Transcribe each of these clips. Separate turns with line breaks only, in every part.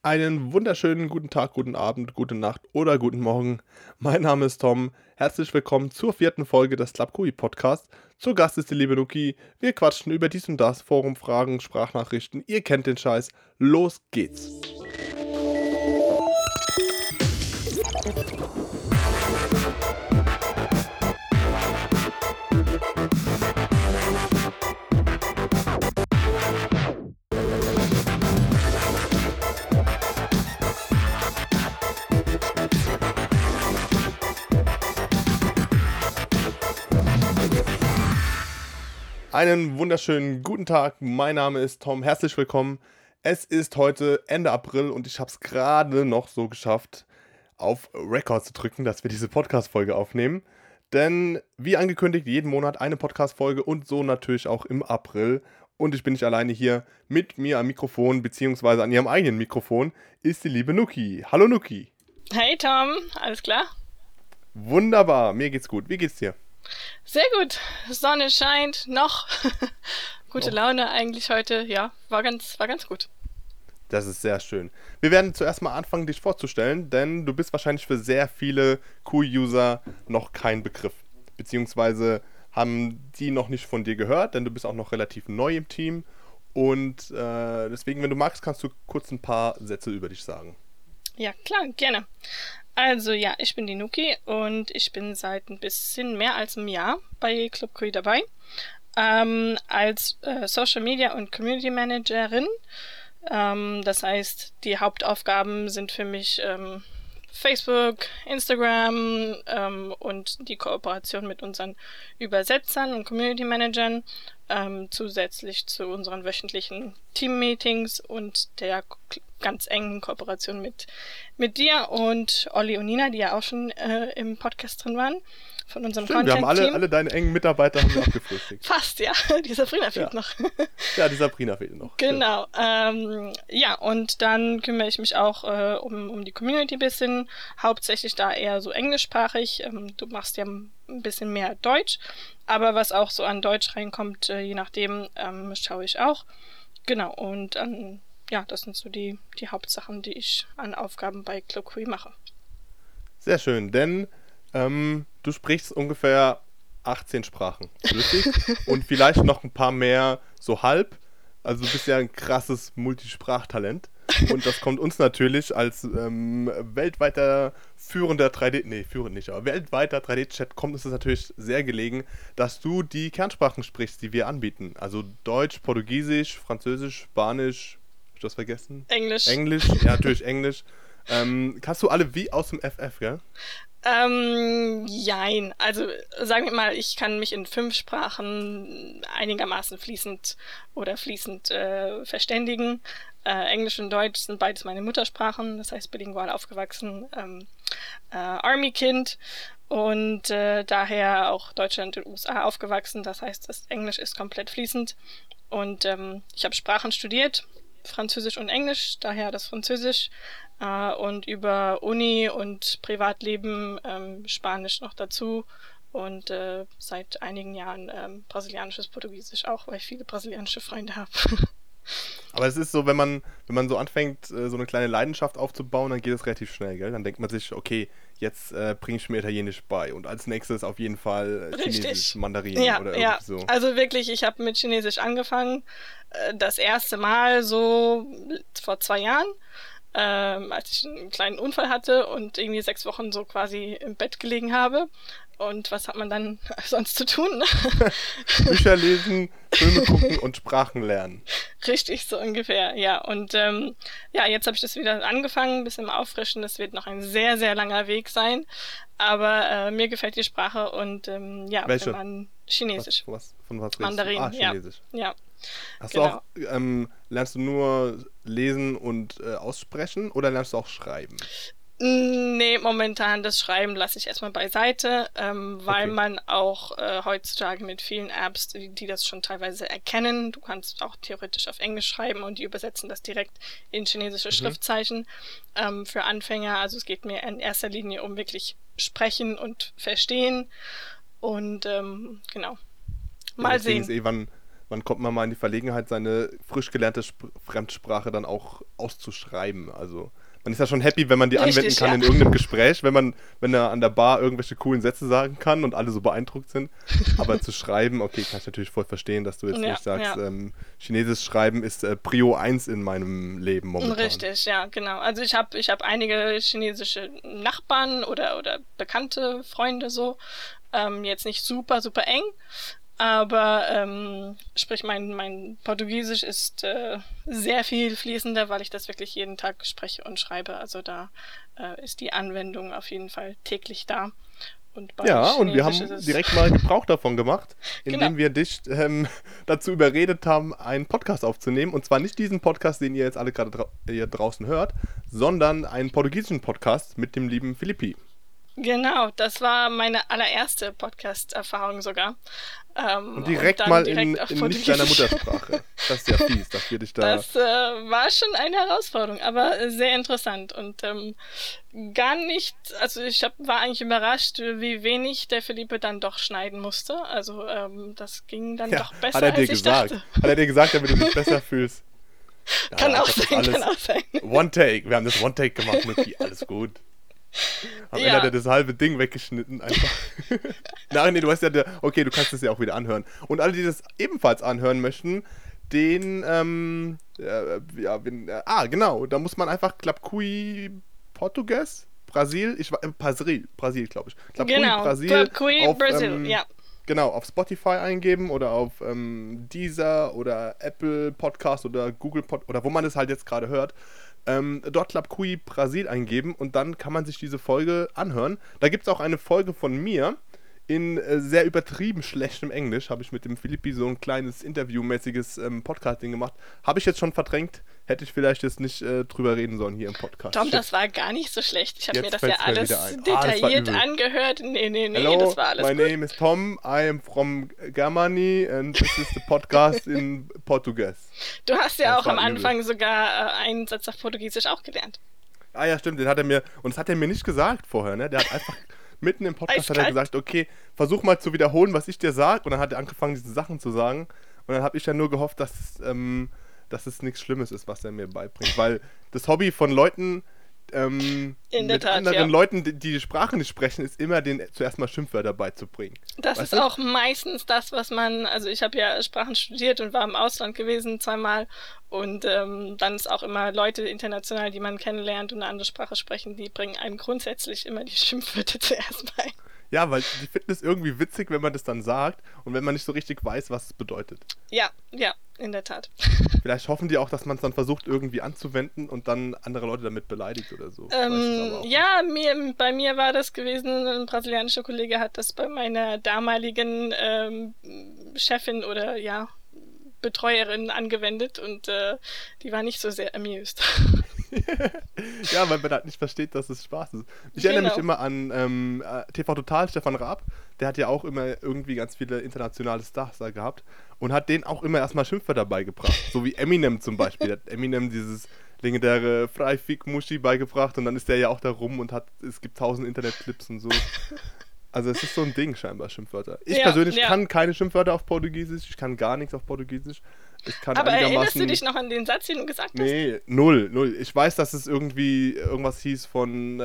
Einen wunderschönen guten Tag, guten Abend, gute Nacht oder guten Morgen. Mein Name ist Tom. Herzlich willkommen zur 4. Folge des Club Podcasts. Zu Gast ist die liebe Nuki. Wir quatschen über dies und das, Forum, Fragen, Sprachnachrichten. Ihr kennt den Scheiß. Los geht's. Einen wunderschönen guten Tag, mein Name ist Tom, herzlich willkommen. Es ist heute Ende April und ich habe es gerade noch so geschafft, auf Record zu drücken, dass wir diese Podcast-Folge aufnehmen. Denn wie angekündigt, jeden Monat eine Podcast-Folge und so natürlich auch im April. Und ich bin nicht alleine hier. Mit mir am Mikrofon, beziehungsweise an ihrem eigenen Mikrofon, ist die liebe Nuki. Hallo Nuki.
Hey Tom, alles klar?
Wunderbar, mir geht's gut. Wie geht's dir?
Sehr gut, Sonne scheint noch. Gute
Oh.
Laune eigentlich heute, ja, war ganz gut.
Das ist sehr schön. Wir werden zuerst mal anfangen, dich vorzustellen, denn du bist wahrscheinlich für sehr viele Q-User noch kein Begriff. Beziehungsweise haben die noch nicht von dir gehört, denn du bist auch noch relativ neu im Team. Und deswegen, wenn du magst, kannst du kurz ein paar Sätze über dich sagen.
Ja, klar, gerne. Also ja, ich bin die Nuki und ich bin seit ein bisschen mehr als einem Jahr bei Club Kui dabei. Als Social Media und Community Managerin. Das heißt, die Hauptaufgaben sind für mich Facebook, Instagram und die Kooperation mit unseren Übersetzern und Community Managern, zusätzlich zu unseren wöchentlichen Team-Meetings und der ganz engen Kooperation mit dir und Olli und Nina, die ja auch schon im Podcast drin waren, von unserem
Stimmt, wir haben
Content-Team.
alle deine engen Mitarbeiter haben wir abgefrühstückt.
Fast, ja. Die Sabrina fehlt noch.
Ja, die Sabrina fehlt noch.
Genau. Ja, und dann kümmere ich mich auch um die Community ein bisschen. Hauptsächlich da eher so englischsprachig. Du machst ja ein bisschen mehr Deutsch. Aber was auch so an Deutsch reinkommt, je nachdem, schaue ich auch. Genau, und ja, das sind so die Hauptsachen, die ich an Aufgaben bei Club Kui mache.
Sehr schön, denn du sprichst ungefähr 18 Sprachen flüssig und vielleicht noch ein paar mehr so halb. Also du bist ja ein krasses Multisprachtalent. Und das kommt uns natürlich als weltweiter führender 3D... Nee, führend nicht, aber weltweiter 3D-Chat kommt uns das natürlich sehr gelegen, dass du die Kernsprachen sprichst, die wir anbieten. Also Deutsch, Portugiesisch, Französisch, Spanisch... Hab ich das vergessen?
Englisch.
Englisch, ja, natürlich Englisch. Kannst du alle wie aus dem FF, gell?
Jein. Also sagen wir mal, ich kann mich in 5 Sprachen einigermaßen fließend verständigen. Englisch und Deutsch sind beides meine Muttersprachen, das heißt bilingual aufgewachsen, Army-Kind und daher auch Deutschland und USA aufgewachsen. Das heißt, das Englisch ist komplett fließend und ich habe Sprachen studiert, Französisch und Englisch, daher das Französisch. Und über Uni und Privatleben Spanisch noch dazu und seit einigen Jahren brasilianisches Portugiesisch auch, weil ich viele brasilianische Freunde habe.
Aber es ist so, wenn man so anfängt, so eine kleine Leidenschaft aufzubauen, dann geht es relativ schnell, gell? Dann denkt man sich, okay, jetzt bringe ich mir Italienisch bei und als nächstes auf jeden Fall Chinesisch,
Richtig.
Mandarin
Ja,
oder
ja.
irgendwie so.
Also wirklich, ich habe mit Chinesisch angefangen, das erste Mal so vor 2 Jahren. Als ich einen kleinen Unfall hatte und irgendwie 6 Wochen so quasi im Bett gelegen habe. Und was hat man dann sonst zu tun? Ne?
Bücher lesen, Filme gucken und Sprachen lernen.
Richtig, so ungefähr, ja. Und ja, jetzt habe ich das wieder angefangen, ein bisschen auffrischen. Das wird noch ein sehr, sehr langer Weg sein. Aber mir gefällt die Sprache und ja,
Welche?
wenn man Chinesisch.
Von was redest du?
Mandarin,
Chinesisch.
ja.
Hast
Genau.
du auch, lernst du nur lesen und aussprechen oder lernst du auch schreiben?
Nee, momentan das Schreiben lasse ich erstmal beiseite, weil
Okay.
man auch heutzutage mit vielen Apps, die das schon teilweise erkennen, du kannst auch theoretisch auf Englisch schreiben und die übersetzen das direkt in chinesische Schriftzeichen für Anfänger. Also es geht mir in erster Linie um wirklich sprechen und verstehen und genau.
Ja,
Mal
das Ding
sehen.
ist wann kommt man mal in die Verlegenheit, seine frisch gelernte Fremdsprache dann auch auszuschreiben. Also man ist ja schon happy, wenn man die
Richtig,
anwenden kann
ja.
in irgendeinem Gespräch, wenn er an der Bar irgendwelche coolen Sätze sagen kann und alle so beeindruckt sind. Aber zu schreiben, okay, kann ich natürlich voll verstehen, dass du jetzt
Ja,
nicht sagst,
ja.
Chinesisch schreiben ist Prio 1 in meinem Leben momentan.
Richtig, ja, genau. Also ich hab einige chinesische Nachbarn oder bekannte Freunde so. Jetzt nicht super, super eng. Aber sprich, mein Portugiesisch ist sehr viel fließender, weil ich das wirklich jeden Tag spreche und schreibe. Also da ist die Anwendung auf jeden Fall täglich da. Und bei
Ja, und wir
Chinesisch
haben
ist es
direkt mal Gebrauch davon gemacht, indem
genau.
wir dich dazu überredet haben, einen Podcast aufzunehmen. Und zwar nicht diesen Podcast, den ihr jetzt alle gerade hier draußen hört, sondern einen portugiesischen Podcast mit dem lieben Philippi.
Genau, das war meine allererste Podcast-Erfahrung sogar.
Und direkt
dann
mal
direkt
in
auf
nicht deiner
Portugiesisch.
Muttersprache. Das ist ja fies, dass wir dich da...
Das war schon eine Herausforderung, aber sehr interessant und gar nicht, also war eigentlich überrascht, wie wenig der Philippe dann doch schneiden musste. Also das ging dann
Ja,
doch besser,
hat er dir
als ich
gesagt.
dachte.
Hat er dir gesagt, damit du dich besser fühlst? Ja,
Kann auch
ich hab das
sein,
alles
kann auch sein.
One-Take. Wir haben das One-Take gemacht, Nuki. Alles gut. Am Ende hat er das halbe Ding weggeschnitten einfach. Nein, nee, du hast ja... Okay, du kannst das ja auch wieder anhören. Und alle, die das ebenfalls anhören möchten, den... genau. Da muss man einfach Clapcui Portugues, Brasil, Brasil, glaube ich. Clapcui
Genau,
Brasil
Clapcui
auf,
Brasil, ja.
Genau, auf Spotify eingeben oder auf Deezer oder Apple Podcast oder Google Podcast oder wo man es halt jetzt gerade hört. Dort Clapcui Brasil eingeben und dann kann man sich diese Folge anhören. Da gibt es auch eine Folge von mir in sehr übertrieben schlechtem Englisch. Habe ich mit dem Philippi so ein kleines interviewmäßiges Podcast-Ding gemacht. Habe ich jetzt schon verdrängt. Hätte ich vielleicht jetzt nicht drüber reden sollen hier im Podcast.
Tom,
Shit.
das war gar nicht so schlecht. Ich habe mir
Jetzt
das ja
fällt's mir
alles
wieder ein. Das war
detailliert
übel.
angehört. Nee,
Hello,
das war alles
my
gut.
name is Tom. I am from Germany and this is the podcast in Portuguese.
Du hast ja
Das
auch am
war übel.
Anfang sogar einen Satz auf Portugiesisch auch gelernt.
Ah ja, stimmt, den hat er mir, und das hat er mir nicht gesagt vorher, ne? Der hat einfach mitten im Podcast hat er
Eiskalt.
gesagt, okay, versuch mal zu wiederholen, was ich dir sag. Und dann hat er angefangen, diese Sachen zu sagen. Und dann habe ich ja nur gehofft, dass es nichts Schlimmes ist, was er mir beibringt. Weil das Hobby von Leuten,
In der
mit
Tat,
anderen
ja.
Leuten, die Sprache nicht sprechen, ist immer denen zuerst mal Schimpfwörter beizubringen.
Das
Weißt
ist
du?
auch meistens das, was man, also ich habe ja Sprachen studiert und war im Ausland gewesen 2-mal und dann ist auch immer Leute international, die man kennenlernt und eine andere Sprache sprechen, die bringen einem grundsätzlich immer die Schimpfwörter zuerst bei.
Ja, weil die finden es irgendwie witzig, wenn man das dann sagt und wenn man nicht so richtig weiß, was es bedeutet.
Ja, in der Tat.
Vielleicht hoffen die auch, dass man es dann versucht, irgendwie anzuwenden und dann andere Leute damit beleidigt oder so. Ich weiß es aber auch nicht.
Ja, bei mir war das gewesen, ein brasilianischer Kollege hat das bei meiner damaligen Chefin oder ja, Betreuerin angewendet und die war nicht so sehr amused.
Ja, weil man halt nicht versteht, dass es Spaß ist. Ich erinnere mich
Genau.
immer an TV Total, Stefan Raab. Der hat ja auch immer irgendwie ganz viele internationale Stars da gehabt und hat denen auch immer erstmal Schimpfwörter beigebracht. So wie Eminem zum Beispiel. Der hat Eminem dieses legendäre Freifik Muschi beigebracht und dann ist der ja auch da rum und es gibt 1000 Internetclips und so. Also es ist so ein Ding scheinbar, Schimpfwörter. Ich
Ja,
persönlich
ja.
kann keine Schimpfwörter auf Portugiesisch, ich kann gar nichts auf Portugiesisch. Ich kann
Aber erinnerst
einigermaßen...
du dich noch an den Satz, den du gesagt hast?
Nee, null. Ich weiß, dass es irgendwie irgendwas hieß von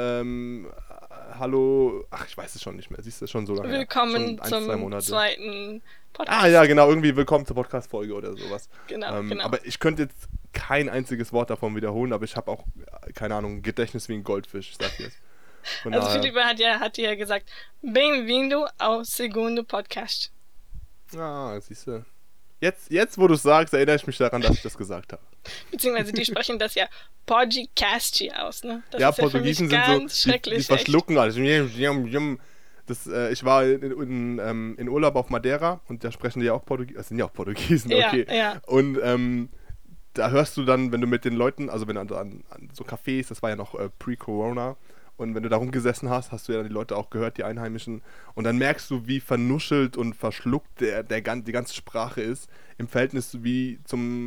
Hallo, ach, ich weiß es schon nicht mehr. Siehst du, schon so lange her.
Willkommen
Schon 1, 2
zum
Monate.
zweiten Podcast.
Ah ja, genau, irgendwie willkommen zur Podcast-Folge oder sowas.
Genau.
Aber ich könnte jetzt kein einziges Wort davon wiederholen, aber ich habe auch, keine Ahnung, ein Gedächtnis wie ein Goldfisch, ich sag dir das. Von
Also
daher-
Felipe hat ja gesagt, Bem-vindo ao segundo podcast.
Ah, siehst du. Jetzt, wo du es sagst, erinnere ich mich daran, dass ich das gesagt habe.
Beziehungsweise die sprechen das ja Podcast aus, ne? Das
Ja,
ist ja für mich
Portugiesen sind
ganz
so, die
schrecklich.
verschlucken alles. Das, ich war in Urlaub auf Madeira und da sprechen die ja auch Portugiesen. Das sind ja auch Portugiesen,
Ja,
okay.
ja.
Und da hörst du dann, wenn du mit den Leuten, also wenn du an so Cafés, das war ja noch pre-Corona, und wenn du da rumgesessen hast, hast du ja dann die Leute auch gehört, die Einheimischen. Und dann merkst du, wie vernuschelt und verschluckt die ganze Sprache ist, im Verhältnis wie zum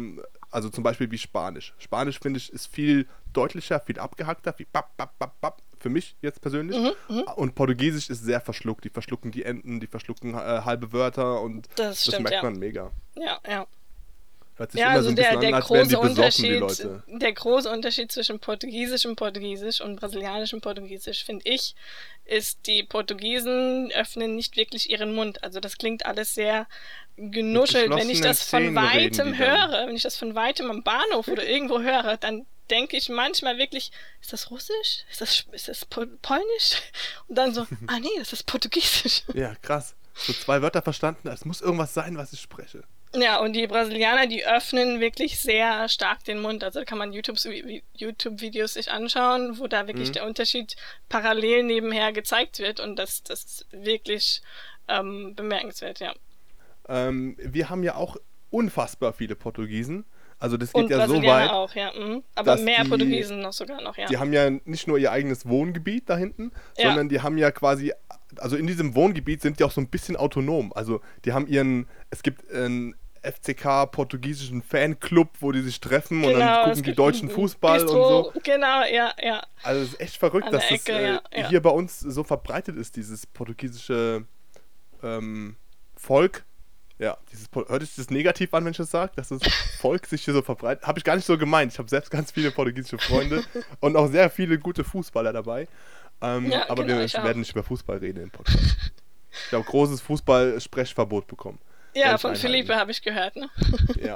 Also zum Beispiel wie Spanisch. Spanisch, finde ich, ist viel deutlicher, viel abgehackter, wie bap, bap, bap, bap, für mich jetzt persönlich. Und Portugiesisch ist sehr verschluckt. Die verschlucken die Enden, die verschlucken halbe Wörter und
Das
das
stimmt,
merkt
ja.
man mega.
Ja, ja.
Hört sich
Ja,
immer so
also
ein bisschen an,
der
als wären die
große
besoffen, die
Unterschied,
Leute.
der große Unterschied zwischen portugiesischem Portugiesisch und brasilianischem Portugiesisch, finde ich, ist, die Portugiesen öffnen nicht wirklich ihren Mund. Also das klingt alles sehr
Mit
genuschelt. Wenn ich
geschlossenen
das von
Zähnen reden
weitem
die dann.
höre, wenn ich das von weitem am Bahnhof oder irgendwo höre, dann denke ich manchmal wirklich, ist das Russisch? Ist das Polnisch? Und dann so, ah nee, das ist Portugiesisch.
Ja, krass. So 2 Wörter verstanden, es muss irgendwas sein, was ich spreche.
Ja, und die Brasilianer, die öffnen wirklich sehr stark den Mund. Also da kann man YouTube-Videos sich anschauen, wo da wirklich
Mhm.
der Unterschied parallel nebenher gezeigt wird, und das ist wirklich bemerkenswert, ja.
Wir haben ja auch unfassbar viele Portugiesen. Also das geht
Und
ja so
Brasilianer
weit,
auch, ja. Aber
dass
mehr
die
Portugiesen noch sogar noch, ja.
die haben ja nicht nur ihr eigenes Wohngebiet da hinten,
Ja,
sondern die haben ja quasi, also in diesem Wohngebiet sind die auch so ein bisschen autonom. Also die haben es gibt einen FCK portugiesischen Fanclub, wo die sich treffen und dann
genau,
gucken
es
die
gibt
deutschen
ein
Fußball und so.
Bistro, genau, ja, ja,
Also es ist echt verrückt,
an
dass
der
das
Ecke, ja, ja.
hier bei uns so verbreitet ist, dieses portugiesische Volk. Ja, hört sich das negativ an, wenn ich das sage, dass das Volk sich hier so verbreitet? Habe ich gar nicht so gemeint. Ich habe selbst ganz viele portugiesische Freunde und auch sehr viele gute Fußballer dabei.
Ja,
Aber
genau,
wir
ich auch.
werden nicht über Fußball reden im Podcast. Ich habe großes Fußball-Sprechverbot bekommen.
Ja,
Werde ich
von
einhalten.
Felipe habe ich gehört, ne?
Ja.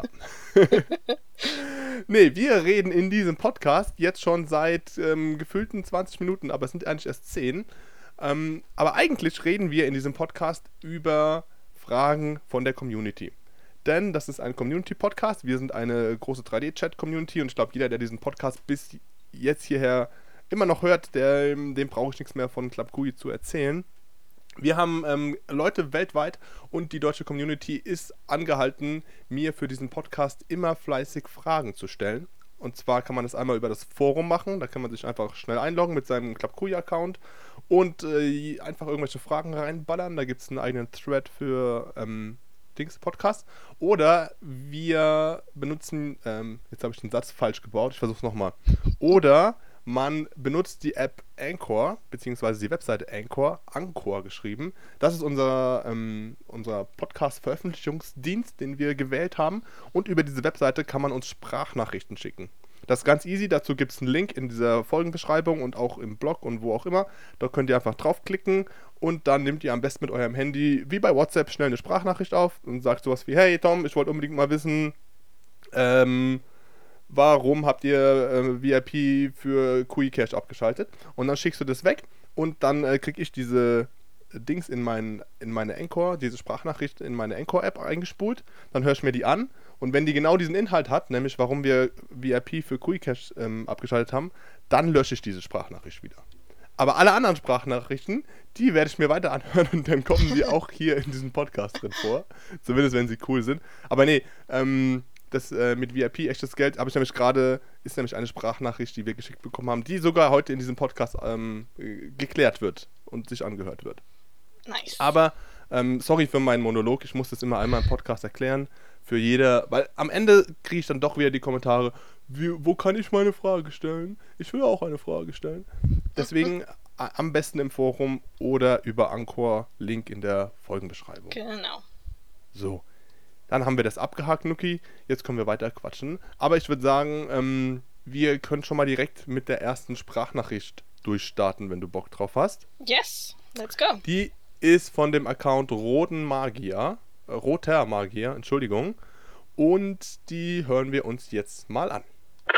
Nee, wir reden in diesem Podcast jetzt schon seit gefühlten 20 Minuten, aber es sind eigentlich erst 10. Aber eigentlich reden wir in diesem Podcast über Fragen von der Community. Denn das ist ein Community-Podcast. Wir sind eine große 3D-Chat-Community und ich glaube, jeder, der diesen Podcast bis jetzt hierher immer noch hört, dem brauche ich nichts mehr von Club Cui zu erzählen. Wir haben Leute weltweit und die deutsche Community ist angehalten, mir für diesen Podcast immer fleißig Fragen zu stellen. Und zwar kann man das einmal über das Forum machen, da kann man sich einfach schnell einloggen mit seinem Club Cui-Account und einfach irgendwelche Fragen reinballern. Da gibt es einen eigenen Thread für Podcast. Oder wir benutzen, jetzt habe ich den Satz falsch gebaut, ich versuche es nochmal. Oder man benutzt die App Anchor, beziehungsweise die Webseite Anchor geschrieben. Das ist unser Podcast-Veröffentlichungsdienst, den wir gewählt haben. Und über diese Webseite kann man uns Sprachnachrichten schicken. Das ist ganz easy, dazu gibt es einen Link in dieser Folgenbeschreibung und auch im Blog und wo auch immer. Da könnt ihr einfach draufklicken und dann nehmt ihr am besten mit eurem Handy, wie bei WhatsApp, schnell eine Sprachnachricht auf und sagt sowas wie: Hey Tom, ich wollte unbedingt mal wissen, warum habt ihr VIP für QI-Cash abgeschaltet? Und dann schickst du das weg und dann kriege ich diese Dings in meine Anchor, diese Sprachnachricht in meine Anchor-App eingespult. Dann höre ich mir die an und wenn die genau diesen Inhalt hat, nämlich warum wir VIP für QI-Cash abgeschaltet haben, dann lösche ich diese Sprachnachricht wieder. Aber alle anderen Sprachnachrichten, die werde ich mir weiter anhören und dann kommen die auch hier in diesem Podcast drin vor. Zumindest, wenn sie cool sind. Aber nee, das mit VIP echtes Geld habe ich nämlich gerade, ist nämlich eine Sprachnachricht, die wir geschickt bekommen haben, die sogar heute in diesem Podcast geklärt wird und sich angehört wird.
Nice.
Aber sorry für meinen Monolog, ich muss das immer einmal im Podcast erklären für jeder, weil am Ende kriege ich dann doch wieder die Kommentare, wo kann ich meine Frage stellen? Ich will auch eine Frage stellen. Deswegen am besten im Forum oder über Anchor, Link in der Folgenbeschreibung.
Genau.
So, dann haben wir das abgehakt, Nuki. Jetzt können wir weiter quatschen. Aber ich würde sagen, wir können schon mal direkt mit der ersten Sprachnachricht durchstarten, wenn du Bock drauf hast.
Yes, let's go.
Die ist von dem Account Roter Magier, Entschuldigung. Und die hören wir uns jetzt mal an.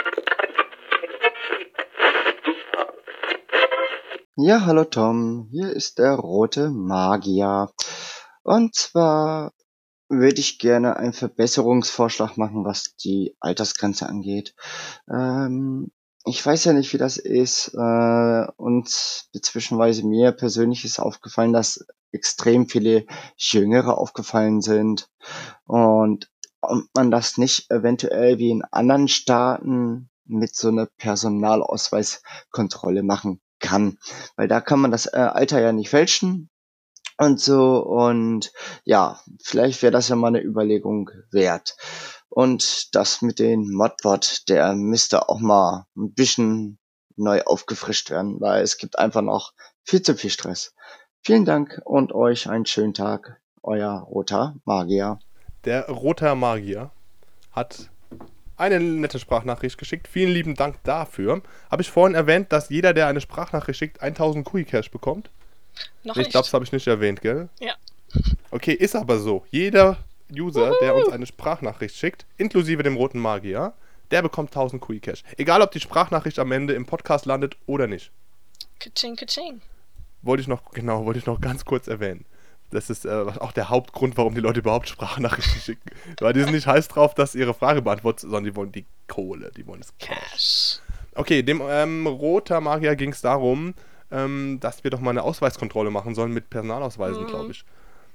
Ja, hallo Tom, hier ist der Rote Magier. Und zwar würde ich gerne einen Verbesserungsvorschlag machen, was die Altersgrenze angeht. Ich weiß ja nicht, wie das ist. Und beziehungsweise mir persönlich ist aufgefallen, dass extrem viele Jüngere aufgefallen sind. Und ob man das nicht eventuell wie in anderen Staaten mit so einer Personalausweiskontrolle machen kann. Weil da kann man das Alter ja nicht fälschen und so. Und ja, vielleicht wäre das ja mal eine Überlegung wert. Und das mit den Modbot, der müsste auch mal ein bisschen neu aufgefrischt werden, weil es gibt einfach noch viel zu viel Stress. Vielen Dank und euch einen schönen Tag. Euer Roter Magier.
Der Roter Magier hat eine nette Sprachnachricht geschickt. Vielen lieben Dank dafür. Habe ich vorhin erwähnt, dass jeder, der eine Sprachnachricht schickt, 1000 Kui-Cash bekommt?
Noch
Ich
nicht.
glaube, das habe ich nicht erwähnt, gell?
Ja.
Okay, ist aber so. Jeder User, der uns eine Sprachnachricht schickt, inklusive dem Roten Magier, der bekommt 1000 Kui-Cash. Egal, ob die Sprachnachricht am Ende im Podcast landet oder nicht.
Kaching, kaching.
Wollte ich noch ganz kurz erwähnen. Das ist auch der Hauptgrund, warum die Leute überhaupt Sprachnachrichten schicken. Weil die sind nicht heiß drauf, dass ihre Frage beantwortet, sondern die wollen die Kohle, die wollen das Cash. Okay, dem Roter Magier ging es darum, dass wir doch mal eine Ausweiskontrolle machen sollen mit Personalausweisen, glaube ich.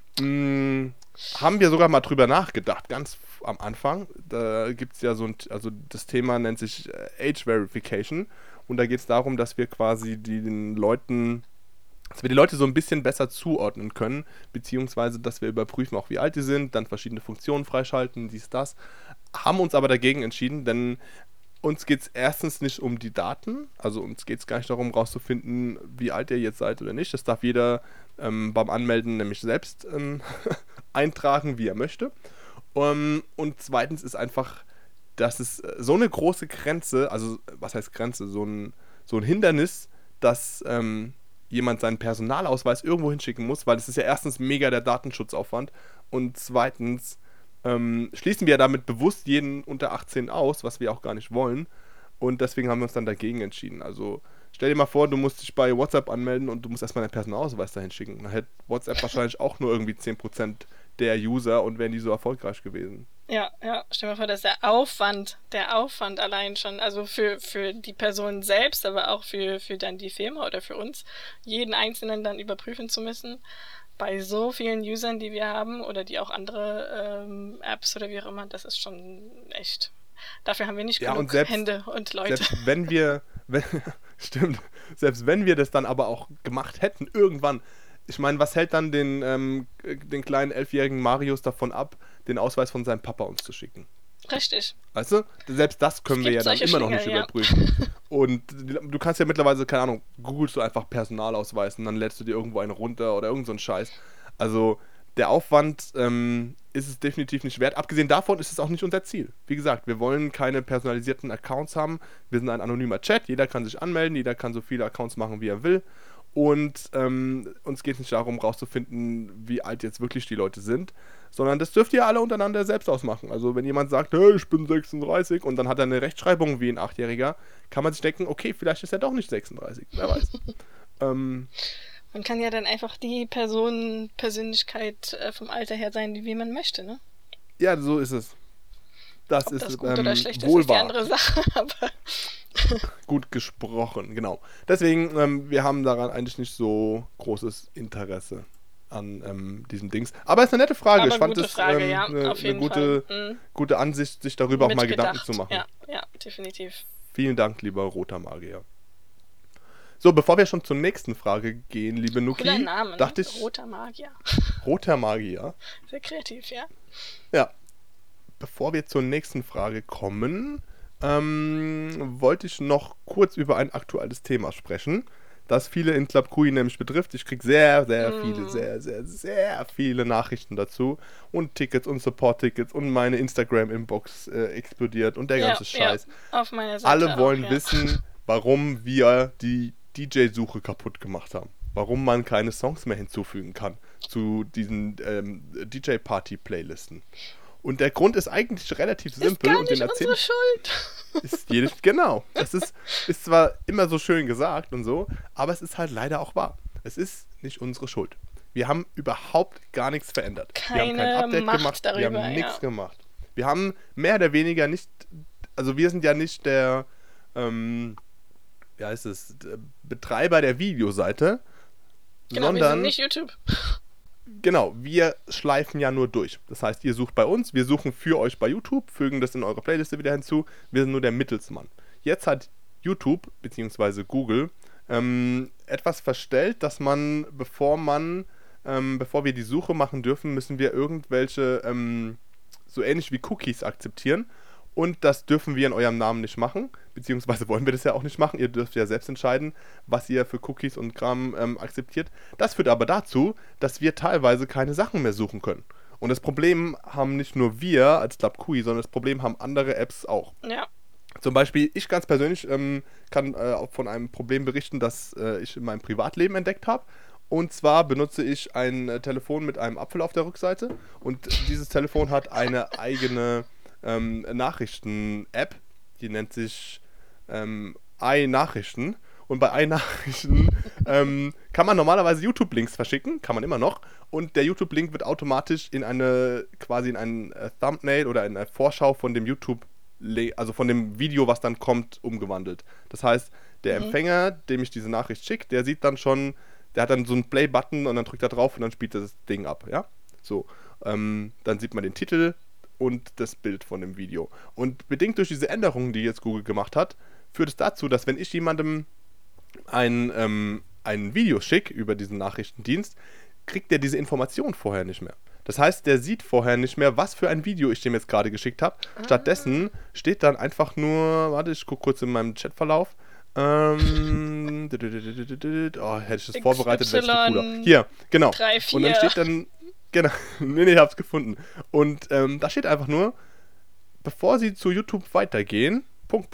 Haben wir sogar mal drüber nachgedacht, ganz am Anfang. Da gibt es ja also das Thema nennt sich Age Verification. Und da geht es darum, dass wir quasi die Leute so ein bisschen besser zuordnen können, beziehungsweise, dass wir überprüfen auch, wie alt die sind, dann verschiedene Funktionen freischalten, dies, das. Haben uns aber dagegen entschieden, denn uns geht es erstens nicht um die Daten, also uns geht es gar nicht darum, rauszufinden, wie alt ihr jetzt seid oder nicht. Das darf jeder beim Anmelden nämlich selbst eintragen, wie er möchte. Und zweitens ist einfach, dass es so eine große Grenze, also was heißt Grenze, so ein Hindernis, dass jemand seinen Personalausweis irgendwo hinschicken muss, weil es ist ja erstens mega der Datenschutzaufwand und zweitens schließen wir damit bewusst jeden unter 18 aus, was wir auch gar nicht wollen und deswegen haben wir uns dann dagegen entschieden. Also stell dir mal vor, du musst dich bei WhatsApp anmelden und du musst erstmal deinen Personalausweis dahin schicken. Dann hätte WhatsApp wahrscheinlich auch nur irgendwie 10% der User und wären die so erfolgreich gewesen.
Ja, stell dir mal vor, dass der Aufwand allein schon, also für die Person selbst, aber auch für dann die Firma oder für uns, jeden Einzelnen dann überprüfen zu müssen, bei so vielen Usern, die wir haben oder die auch andere Apps oder wie auch immer, das ist schon echt. Dafür haben wir nicht genug Hände und Leute.
Selbst wenn wir das dann aber auch gemacht hätten, irgendwann, ich meine, was hält dann den kleinen 11-jährigen Marius davon ab, den Ausweis von seinem Papa uns zu schicken?
Richtig.
Weißt du? Selbst das können wir ja dann immer noch nicht überprüfen. Und du kannst ja mittlerweile, keine Ahnung, googelst du einfach Personalausweis und dann lädst du dir irgendwo einen runter oder irgend so einen Scheiß. Also der Aufwand ist es definitiv nicht wert. Abgesehen davon ist es auch nicht unser Ziel. Wie gesagt, wir wollen keine personalisierten Accounts haben. Wir sind ein anonymer Chat. Jeder kann sich anmelden. Jeder kann so viele Accounts machen, wie er will. Und uns geht es nicht darum, rauszufinden, wie alt jetzt wirklich die Leute sind, sondern das dürft ihr alle untereinander selbst ausmachen. Also wenn jemand sagt, hey, ich bin 36 und dann hat er eine Rechtschreibung wie ein 8-Jähriger, kann man sich denken, okay, vielleicht ist er doch nicht 36, wer weiß.
Man kann ja dann einfach die Persönlichkeit vom Alter her sein, wie man möchte, ne?
Ja, so ist es. Das
Ob
ist
das gut oder schlecht
wohl
ist die
wahr.
andere Sache, aber
Gut gesprochen, genau. Deswegen, wir haben daran eigentlich nicht so großes Interesse an diesem Dings. Aber es ist eine nette Frage.
Aber
ich fand
gute
es
Frage, ja, auf
eine
jeden Fall.
gute Ansicht, sich darüber auch mal Gedanken
Mitgedacht.
zu machen.
Ja, definitiv.
Vielen Dank, lieber Roter Magier. So, bevor wir schon zur nächsten Frage gehen, liebe Nuki,
Cooler Name,
dachte
ne?
ich...
Roter Magier.
Roter Magier.
Sehr kreativ, ja.
Ja. Bevor wir zur nächsten Frage kommen, wollte ich noch kurz über ein aktuelles Thema sprechen, das viele in Club Kui nämlich betrifft. Ich kriege sehr viele Nachrichten dazu und Tickets und Support-Tickets und meine Instagram-Inbox explodiert und der ganze Scheiß.
Ja, auf meiner Seite
Alle wollen
auch,
wissen, warum wir die DJ-Suche kaputt gemacht haben. Warum man keine Songs mehr hinzufügen kann zu diesen DJ-Party-Playlisten. Und der Grund ist eigentlich relativ simpel.
Ist gar nicht unsere Schuld.
Genau. Das ist zwar immer so schön gesagt und so, aber es ist halt leider auch wahr. Es ist nicht unsere Schuld. Wir haben überhaupt gar nichts verändert. Wir haben kein Update gemacht, wir haben nichts gemacht. Wir haben mehr oder weniger nicht, also wir sind ja nicht der, Betreiber der Videoseite,
Genau,
sondern...
wir sind nicht YouTube.
Genau, wir schleifen ja nur durch. Das heißt, ihr sucht bei uns, wir suchen für euch bei YouTube, fügen das in eure Playliste wieder hinzu. Wir sind nur der Mittelsmann. Jetzt hat YouTube bzw. Google etwas verstellt, dass man, bevor wir die Suche machen dürfen, müssen wir irgendwelche so ähnlich wie Cookies akzeptieren. Und das dürfen wir in eurem Namen nicht machen, beziehungsweise wollen wir das ja auch nicht machen. Ihr dürft ja selbst entscheiden, was ihr für Cookies und Kram akzeptiert. Das führt aber dazu, dass wir teilweise keine Sachen mehr suchen können. Und das Problem haben nicht nur wir als Club Kui, sondern das Problem haben andere Apps auch.
Ja.
Zum Beispiel, ich ganz persönlich kann auch von einem Problem berichten, das ich in meinem Privatleben entdeckt habe. Und zwar benutze ich ein Telefon mit einem Apfel auf der Rückseite. Und dieses Telefon hat eine eigene Nachrichten-App, die nennt sich iNachrichten. Und bei iNachrichten kann man normalerweise YouTube-Links verschicken, kann man immer noch. Und der YouTube-Link wird automatisch in ein Thumbnail oder in eine Vorschau von dem also von dem Video, was dann kommt, umgewandelt. Das heißt, der Empfänger, dem ich diese Nachricht schicke, der sieht dann schon, der hat dann so einen Play-Button und dann drückt er drauf und dann spielt das Ding ab, ja? So, dann sieht man den Titel und das Bild von dem Video. Und bedingt durch diese Änderungen, die jetzt Google gemacht hat, führt es dazu, dass wenn ich jemandem ein Video schicke über diesen Nachrichtendienst, kriegt der diese Information vorher nicht mehr. Das heißt, der sieht vorher nicht mehr, was für ein Video ich dem jetzt gerade geschickt habe. Stattdessen steht dann einfach nur, warte, ich gucke kurz in meinem Chatverlauf. Hätte ich das vorbereitet, wäre es cooler. Hier, genau.
3, 4.
Und dann steht dann, genau, nee, ich hab's gefunden. Und da steht einfach nur, bevor Sie zu YouTube weitergehen, ...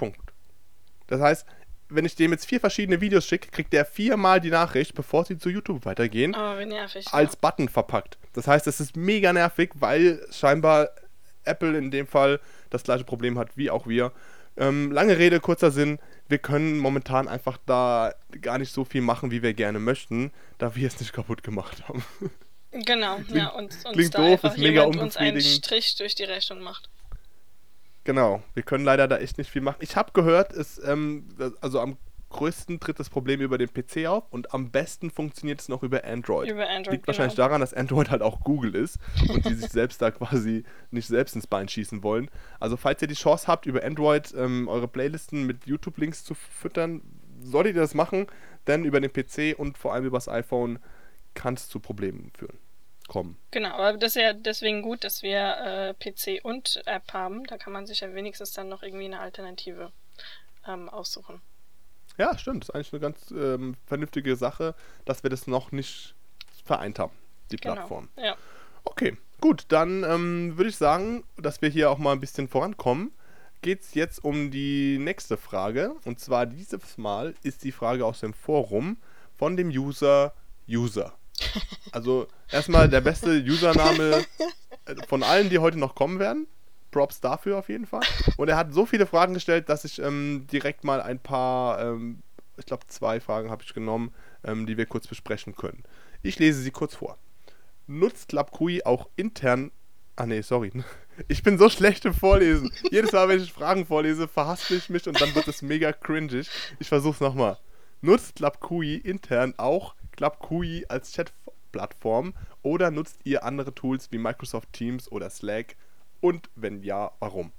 Das heißt, wenn ich dem jetzt 4 verschiedene Videos schicke, kriegt der 4-mal die Nachricht, bevor Sie zu YouTube weitergehen,
Oh, wie nervig.
als Button verpackt. Das heißt, das ist mega nervig, weil scheinbar Apple in dem Fall das gleiche Problem hat wie auch wir. Lange Rede, kurzer Sinn, wir können momentan einfach da gar nicht so viel machen, wie wir gerne möchten, da wir es nicht kaputt gemacht haben.
Genau, ja, und
klingt
da
doof,
einfach
ist mega
jemand uns einen
unbefriedigend.
Strich durch die Rechnung macht.
Genau, wir können leider da echt nicht viel machen. Ich habe gehört, also am größten tritt das Problem über den PC auf und am besten funktioniert es noch über Android.
Über Android,
Liegt wahrscheinlich daran, dass Android halt auch Google ist und die sich selbst da quasi nicht selbst ins Bein schießen wollen. Also falls ihr die Chance habt, über Android eure Playlisten mit YouTube-Links zu füttern, solltet ihr das machen, denn über den PC und vor allem über das iPhone kann es zu Problemen kommen.
Genau, aber das ist ja deswegen gut, dass wir PC und App haben. Da kann man sich ja wenigstens dann noch irgendwie eine Alternative aussuchen.
Ja, stimmt. Das ist eigentlich eine ganz vernünftige Sache, dass wir das noch nicht vereint haben, die Plattform.
Genau, ja.
Okay, gut. Dann würde ich sagen, dass wir hier auch mal ein bisschen vorankommen. Geht es jetzt um die nächste Frage. Und zwar dieses Mal ist die Frage aus dem Forum von dem User. Also erstmal der beste Username von allen, die heute noch kommen werden. Props dafür auf jeden Fall. Und er hat so viele Fragen gestellt, dass ich direkt mal ein paar, ich glaube 2 Fragen habe ich genommen, die wir kurz besprechen können. Ich lese sie kurz vor. Nutzt Club Kui auch intern... Ah nee, sorry. Ich bin so schlecht im Vorlesen. Jedes Mal, wenn ich Fragen vorlese, verhaspel ich mich und dann wird es mega cringig. Ich versuch's nochmal. Nutzt Club Kui intern auch Club Kui als Chat-Plattform oder nutzt ihr andere Tools wie Microsoft Teams oder Slack? Und wenn ja, warum?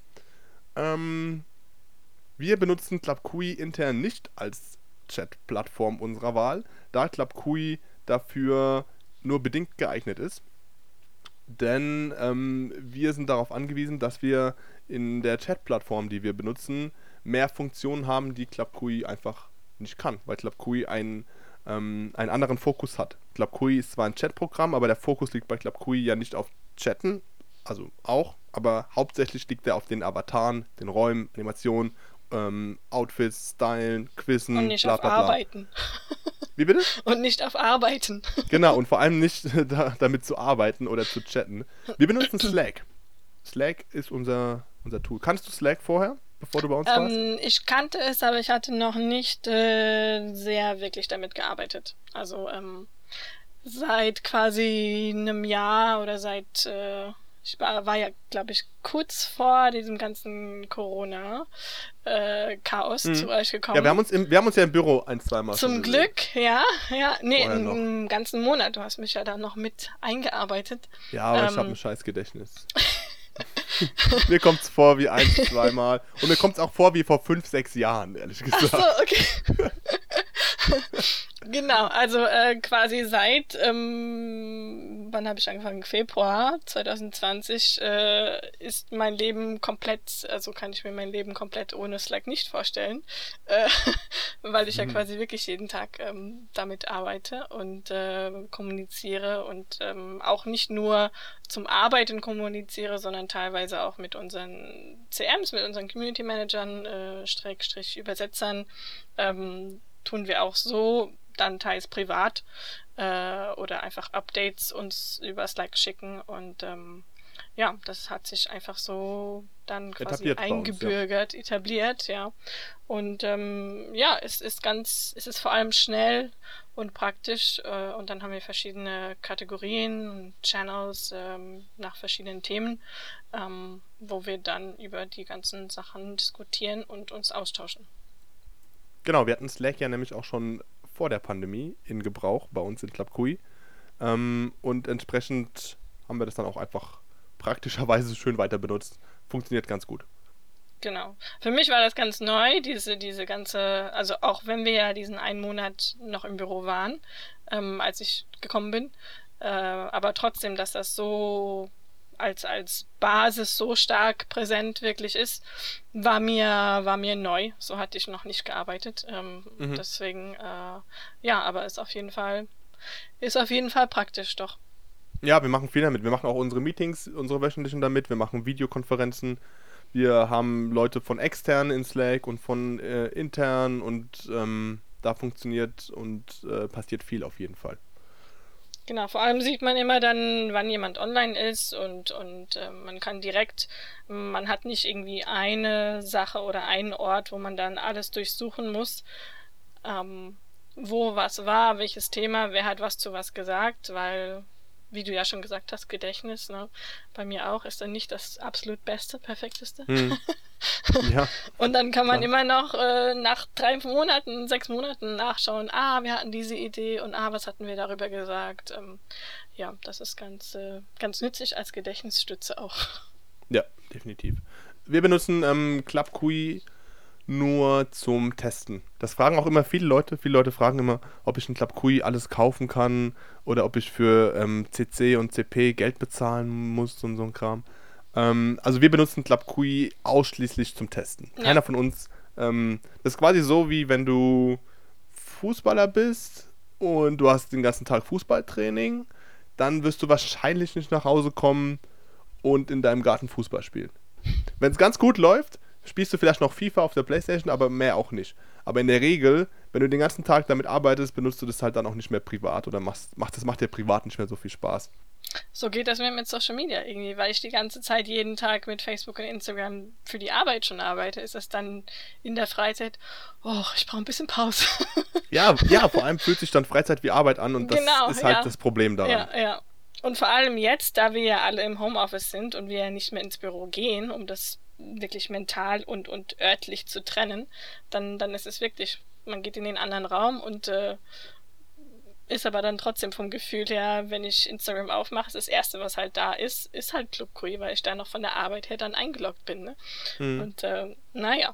Wir benutzen Club Kui intern nicht als Chat-Plattform unserer Wahl, da Club Kui dafür nur bedingt geeignet ist. Denn wir sind darauf angewiesen, dass wir in der Chat-Plattform, die wir benutzen, mehr Funktionen haben, die Club Kui einfach nicht kann, weil Club Kui einen anderen Fokus hat. Club Kui ist zwar ein Chat-Programm, aber der Fokus liegt bei Club Kui ja nicht auf Chatten, also auch, aber hauptsächlich liegt er auf den Avataren, den Räumen, Animationen, Outfits, Stylen, Quizzen,
Und nicht
bla
auf
bla bla.
Arbeiten.
Wie bitte?
Und nicht auf Arbeiten.
Genau, und vor allem nicht damit zu arbeiten oder zu chatten. Wir benutzen Slack. Slack ist unser Tool. Kannst du Slack vorher, bevor du bei uns warst?
Ich kannte es, aber ich hatte noch nicht sehr wirklich damit gearbeitet. Also seit quasi einem Jahr oder seit... ich war ja, glaube ich, kurz vor diesem ganzen Corona-Chaos zu euch gekommen.
Ja, wir haben uns ja im Büro 1-2 Mal
Zum
schon gesehen.
Glück, ja. Nee,
Vorher noch.
einen ganzen Monat. Du hast mich ja da noch mit eingearbeitet.
Ja, aber ich habe ein scheiß Gedächtnis. Mir kommt's vor wie 1-2 Mal. Und mir kommt's auch vor wie vor 5-6 Jahren, ehrlich gesagt.
Ach so, okay. Genau, also quasi seit wann habe ich angefangen? Februar 2020 ist mein Leben komplett, also kann ich mir mein Leben komplett ohne Slack nicht vorstellen, äh, weil ich ja quasi wirklich jeden Tag damit arbeite und kommuniziere und auch nicht nur zum Arbeiten kommuniziere, sondern teilweise auch mit unseren CMs, mit unseren Community Managern, Schrägstrich Übersetzern, tun wir auch so, dann teils privat oder einfach Updates uns über Slack schicken und ja, das hat sich einfach so dann quasi
Etabliert bei uns,
eingebürgert, etabliert, ja. Und ja, es ist vor allem schnell und praktisch und dann haben wir verschiedene Kategorien und Channels nach verschiedenen Themen, wo wir dann über die ganzen Sachen diskutieren und uns austauschen.
Genau, wir hatten Slack ja nämlich auch schon vor der Pandemie in Gebrauch bei uns in Club Kui. Und entsprechend haben wir das dann auch einfach praktischerweise schön weiter benutzt. Funktioniert ganz gut.
Genau. Für mich war das ganz neu, diese ganze, also auch wenn wir ja diesen einen Monat noch im Büro waren, als ich gekommen bin, aber trotzdem, dass das so als Basis so stark präsent wirklich ist, war mir neu. So hatte ich noch nicht gearbeitet. Deswegen, ja, aber ist auf jeden Fall praktisch, doch.
Ja, wir machen viel damit. Wir machen auch unsere Meetings, unsere wöchentlichen damit. Wir machen Videokonferenzen. Wir haben Leute von extern in Slack und von intern und da funktioniert und passiert viel auf jeden Fall.
Genau, vor allem sieht man immer dann, wann jemand online ist und man kann direkt, man hat nicht irgendwie eine Sache oder einen Ort, wo man dann alles durchsuchen muss, wo was war, welches Thema, wer hat was zu was gesagt, weil, wie du ja schon gesagt hast, Gedächtnis, ne, bei mir auch, ist dann nicht das absolut Beste, Perfekteste.
Ja.
Und dann kann man
Klar.
immer noch nach 3 Monaten, 6 Monaten nachschauen, wir hatten diese Idee und was hatten wir darüber gesagt. Ja, das ist ganz nützlich als Gedächtnisstütze auch.
Ja, definitiv. Wir benutzen Club Kui nur zum Testen. Das fragen auch immer viele Leute. Viele Leute fragen immer, ob ich in Club Kui alles kaufen kann oder ob ich für CC und CP Geld bezahlen muss und so ein Kram. Also wir benutzen Club Kui ausschließlich zum Testen.
Ja.
Keiner von uns. Das ist quasi so, wie wenn du Fußballer bist und du hast den ganzen Tag Fußballtraining, dann wirst du wahrscheinlich nicht nach Hause kommen und in deinem Garten Fußball spielen. Wenn es ganz gut läuft, spielst du vielleicht noch FIFA auf der Playstation, aber mehr auch nicht. Aber in der Regel, wenn du den ganzen Tag damit arbeitest, benutzt du das halt dann auch nicht mehr privat oder das macht dir privat nicht mehr so viel Spaß.
So geht das mir mit Social Media irgendwie, weil ich die ganze Zeit jeden Tag mit Facebook und Instagram für die Arbeit schon arbeite, ist das dann in der Freizeit, ich brauche ein bisschen Pause.
Ja, vor allem fühlt sich dann Freizeit wie Arbeit an und das ist halt das Problem daran.
Ja. Und vor allem jetzt, da wir ja alle im Homeoffice sind und wir ja nicht mehr ins Büro gehen, um das wirklich mental und örtlich zu trennen, dann ist es wirklich, man geht in den anderen Raum und ist aber dann trotzdem vom Gefühl her, wenn ich Instagram aufmache, ist das Erste, was halt da ist halt Club Kui, weil ich da noch von der Arbeit her dann eingeloggt bin. Ne? Und naja.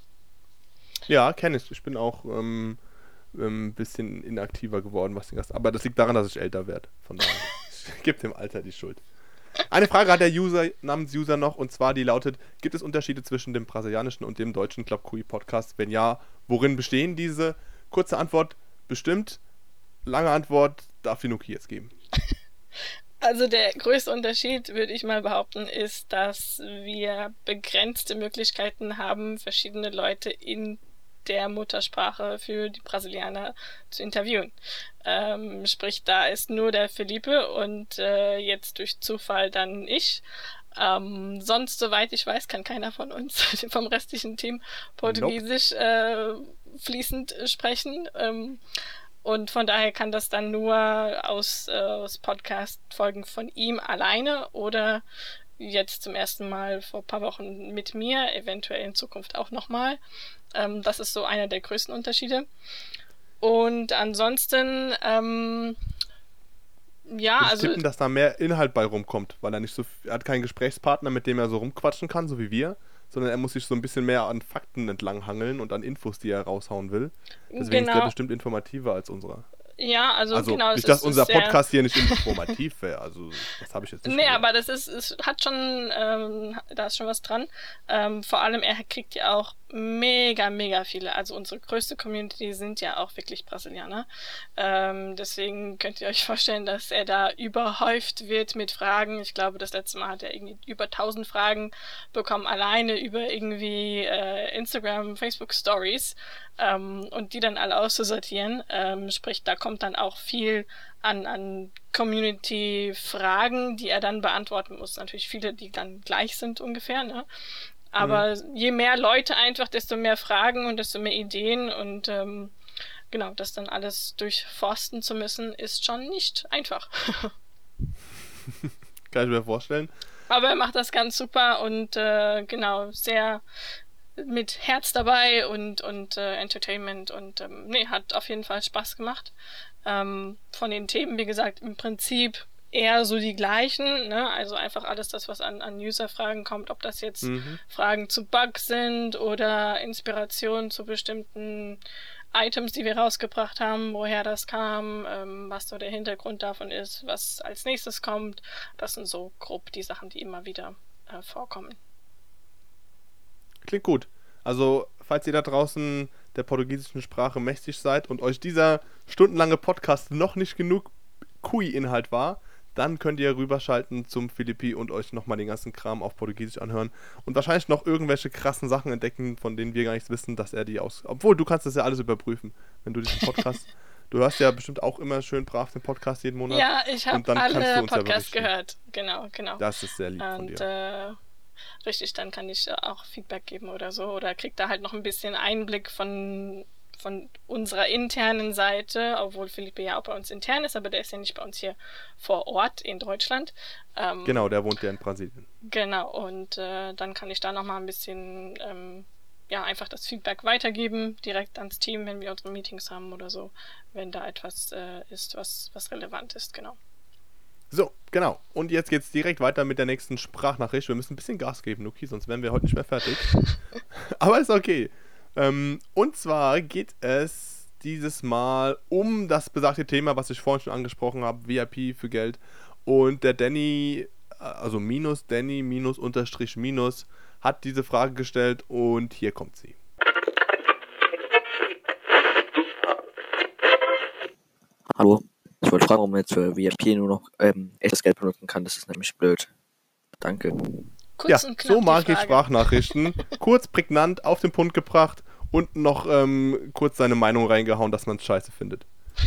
Ja, kenne ich. Ich bin auch ein bisschen inaktiver geworden, was den Gast. Aber das liegt daran, dass ich älter werde. Von daher, ich gebe dem Alter die Schuld. Eine Frage hat der Namensuser noch, und zwar die lautet: Gibt es Unterschiede zwischen dem brasilianischen und dem deutschen Club Kui Podcast? Wenn ja, worin bestehen diese? Kurze Antwort: bestimmt. Lange Antwort darf die Nuki jetzt geben.
Also der größte Unterschied, würde ich mal behaupten, ist, dass wir begrenzte Möglichkeiten haben, verschiedene Leute in der Muttersprache für die Brasilianer zu interviewen. Sprich, da ist nur der Felipe und jetzt durch Zufall dann ich. Sonst, soweit ich weiß, kann keiner von uns vom restlichen Team Portugiesisch fließend sprechen. Und von daher kann das dann nur aus Podcast-Folgen von ihm alleine oder jetzt zum ersten Mal vor ein paar Wochen mit mir, eventuell in Zukunft auch nochmal. Das ist so einer der größten Unterschiede. Und ansonsten,
Ich tippen, dass da mehr Inhalt bei rumkommt, weil er hat keinen Gesprächspartner, mit dem er so rumquatschen kann, so wie wir, sondern er muss sich so ein bisschen mehr an Fakten entlanghangeln und an Infos, die er raushauen will. Deswegen ist der bestimmt informativer als unserer.
Ja, also genau.
Also nicht, dass unser Podcast hier nicht informativ wäre. Also das habe ich jetzt nicht
Nee,
gesagt.
aber das es hat schon, da ist schon was dran. Vor allem, er kriegt ja auch mega, mega viele. Also unsere größte Community sind ja auch wirklich Brasilianer. Deswegen könnt ihr euch vorstellen, dass er da überhäuft wird mit Fragen. Ich glaube, das letzte Mal hat er irgendwie über 1000 Fragen bekommen, alleine über irgendwie Instagram, Facebook Stories. Und die dann alle auszusortieren. Sprich, da kommt dann auch viel an Community-Fragen, die er dann beantworten muss. Natürlich viele, die dann gleich sind ungefähr, ne? Aber je mehr Leute einfach, desto mehr Fragen und desto mehr Ideen und genau, das dann alles durchforsten zu müssen, ist schon nicht einfach.
Kann ich mir vorstellen.
Aber er macht das ganz super und genau, sehr mit Herz dabei und Entertainment und nee, hat auf jeden Fall Spaß gemacht. Von den Themen, wie gesagt, im Prinzip eher so die gleichen, ne? Also einfach alles das, was an User-Fragen kommt, ob das jetzt Fragen zu Bugs sind oder Inspiration zu bestimmten Items, die wir rausgebracht haben, woher das kam, was so der Hintergrund davon ist, was als nächstes kommt. Das sind so grob die Sachen, die immer wieder vorkommen.
Klingt gut. Also, falls ihr da draußen der portugiesischen Sprache mächtig seid und euch dieser stundenlange Podcast noch nicht genug Kui-Inhalt war, dann könnt ihr rüberschalten zum Philippi und euch nochmal den ganzen Kram auf Portugiesisch anhören und wahrscheinlich noch irgendwelche krassen Sachen entdecken, von denen wir gar nichts wissen, dass er die aus... Obwohl, du kannst das ja alles überprüfen, wenn du diesen Podcast... Du hörst ja bestimmt auch immer schön brav den Podcast jeden Monat.
Ja, ich habe alle Podcasts
ja
gehört. Genau.
Das ist sehr lieb von dir.
Richtig, dann kann ich auch Feedback geben oder so. Oder krieg da halt noch ein bisschen Einblick von unserer internen Seite, obwohl Felipe ja auch bei uns intern ist, aber der ist ja nicht bei uns hier vor Ort in Deutschland.
Genau, der wohnt ja in Brasilien.
Genau, und dann kann ich da nochmal ein bisschen einfach das Feedback weitergeben, direkt ans Team, wenn wir unsere Meetings haben oder so, wenn da etwas ist, was relevant ist, genau.
So, genau. Und jetzt geht's direkt weiter mit der nächsten Sprachnachricht. Wir müssen ein bisschen Gas geben, Nuki, sonst wären wir heute nicht mehr fertig. Aber ist okay. Und zwar geht es dieses Mal um das besagte Thema, was ich vorhin schon angesprochen habe, VIP für Geld. Und der Danny, also Danny, unterstrich minus, hat diese Frage gestellt und hier kommt sie.
Hallo. Ich wollte fragen, ob man jetzt für VIP nur noch echtes Geld benutzen kann. Das ist nämlich blöd. Danke.
Kurz
ja, so mag ich Sprachnachrichten. Kurz, prägnant, auf den Punkt gebracht und noch kurz seine Meinung reingehauen, dass man es scheiße findet.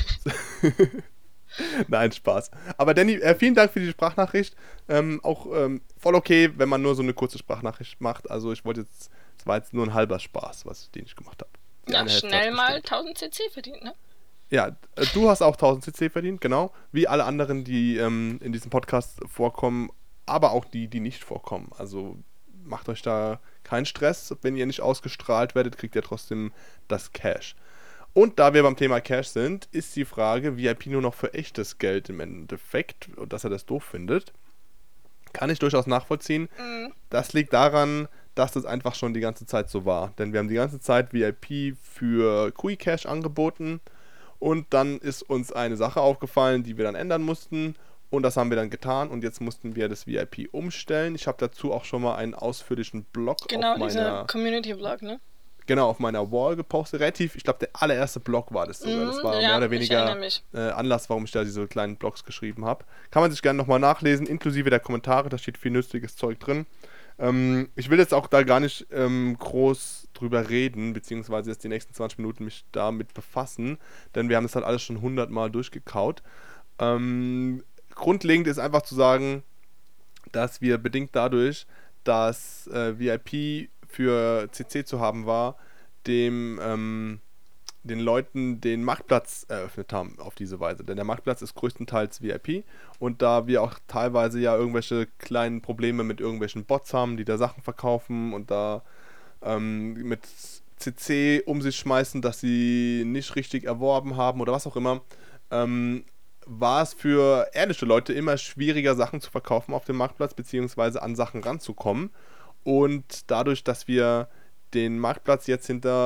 Nein, Spaß. Aber Danny, vielen Dank für die Sprachnachricht. Auch voll okay, wenn man nur so eine kurze Sprachnachricht macht. Also es war jetzt nur ein halber Spaß, den ich gemacht habe.
Ja, schnell mal 1000 CC verdient, ne?
Ja, du hast auch 1000 CC verdient, genau. Wie alle anderen, die in diesem Podcast vorkommen, aber auch die nicht vorkommen. Also macht euch da keinen Stress. Wenn ihr nicht ausgestrahlt werdet, kriegt ihr trotzdem das Cash. Und da wir beim Thema Cash sind, ist die Frage, VIP nur noch für echtes Geld im Endeffekt, und dass er das doof findet, kann ich durchaus nachvollziehen. Das liegt daran, dass das einfach schon die ganze Zeit so war. Denn wir haben die ganze Zeit VIP für Kui Cash angeboten. Und dann ist uns eine Sache aufgefallen, die wir dann ändern mussten. Und das haben wir dann getan. Und jetzt mussten wir das VIP umstellen. Ich habe dazu auch schon mal einen ausführlichen Blog auf meiner...
Genau, dieser Community-Blog, ne?
Genau, auf meiner Wall gepostet. Relativ, ich glaube, der allererste Blog war das sogar. Das war mehr oder weniger Anlass, warum ich da diese kleinen Blogs geschrieben habe. Kann man sich gerne nochmal nachlesen, inklusive der Kommentare. Da steht viel nützliches Zeug drin. Ich will jetzt auch da gar nicht groß drüber reden, beziehungsweise jetzt die nächsten 20 Minuten mich damit befassen, denn wir haben das halt alles schon 100 Mal durchgekaut. Grundlegend ist einfach zu sagen, dass wir bedingt dadurch, dass VIP für CC zu haben war, den Leuten den Marktplatz eröffnet haben auf diese Weise. Denn der Marktplatz ist größtenteils VIP und da wir auch teilweise ja irgendwelche kleinen Probleme mit irgendwelchen Bots haben, die da Sachen verkaufen und da mit CC um sich schmeißen, dass sie nicht richtig erworben haben oder was auch immer, war es für ehrliche Leute immer schwieriger, Sachen zu verkaufen auf dem Marktplatz, beziehungsweise an Sachen ranzukommen. Und dadurch, dass wir den Marktplatz jetzt hinter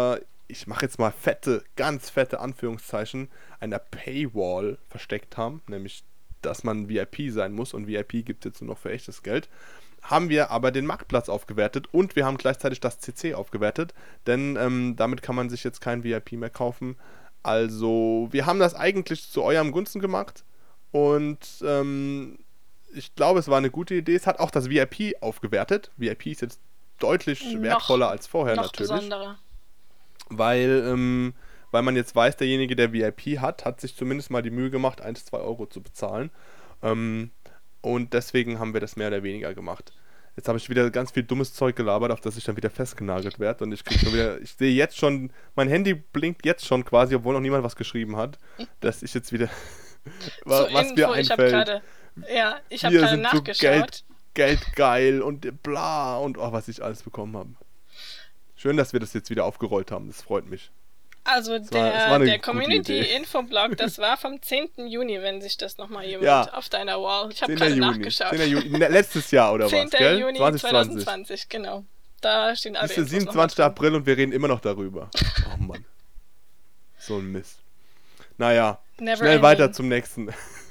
ich mache jetzt mal ganz fette Anführungszeichen, einer Paywall versteckt haben, nämlich, dass man VIP sein muss und VIP gibt es jetzt nur noch für echtes Geld, haben wir aber den Marktplatz aufgewertet und wir haben gleichzeitig das CC aufgewertet, denn damit kann man sich jetzt kein VIP mehr kaufen. Also, wir haben das eigentlich zu eurem Gunsten gemacht und ich glaube, es war eine gute Idee. Es hat auch das VIP aufgewertet. VIP ist jetzt deutlich wertvoller als vorher
noch
natürlich.
Besonderer.
Weil man jetzt weiß, derjenige, der VIP hat sich zumindest mal die Mühe gemacht, 1-2 Euro zu bezahlen. Und deswegen haben wir das mehr oder weniger gemacht. Jetzt habe ich wieder ganz viel dummes Zeug gelabert, auf das ich dann wieder festgenagelt werde. Und ich sehe jetzt schon, mein Handy blinkt jetzt schon quasi, obwohl noch niemand was geschrieben hat, dass ich jetzt wieder, was mir einfällt.
Ich habe gerade nachgeschaut.
So Geldgeil und bla und was ich alles bekommen habe. Schön, dass wir das jetzt wieder aufgerollt haben, das freut mich.
Also der Community-Info-Blog, das war vom 10. Juni, wenn sich das nochmal jemand auf deiner Wall... Ich habe gerade nachgeschaut.
10. Juni, letztes Jahr oder
10.
was, gell?
Juni 2020, genau. Da stehen alle
Infos 27. April und wir reden immer noch darüber. Oh Mann. So ein Mist. Naja, schnell weiter zum nächsten.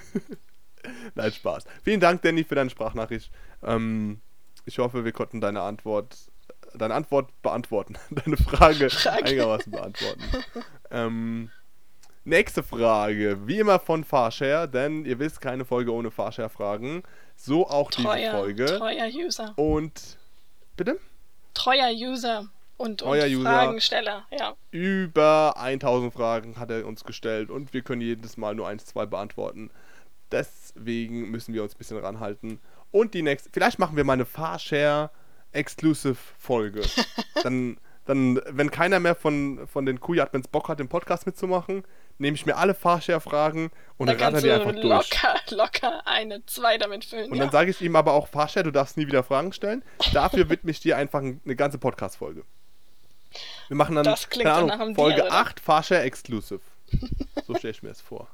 Nein, Spaß. Vielen Dank, Danny, für deine Sprachnachricht. Ich hoffe, wir konnten deine Antwort beantworten. Deine Frage einigermaßen beantworten. Nächste Frage. Wie immer von Farshare, denn ihr wisst, keine Folge ohne Farshare-Fragen. So auch diese Folge.
Treuer User.
Und, bitte?
Treuer User und Fragensteller, ja.
Über 1000 Fragen hat er uns gestellt und wir können jedes Mal nur 1-2 beantworten. Deswegen müssen wir uns ein bisschen ranhalten. Und die nächste, vielleicht machen wir mal eine Farshare-Exclusive-Folge. dann, wenn keiner mehr von den Kuh-Admins Bock hat, den Podcast mitzumachen, nehme ich mir alle Farshare-Fragen und dann ratter die einfach durch.
Locker 2 damit füllen.
Und dann sage ich ihm aber auch, Farshare, du darfst nie wieder Fragen stellen. Dafür widme ich dir einfach eine ganze Podcast-Folge. Wir machen dann,
das klingt dann nach einem
Folge
Deal,
8 Farshare Exclusive. So stelle ich mir das vor.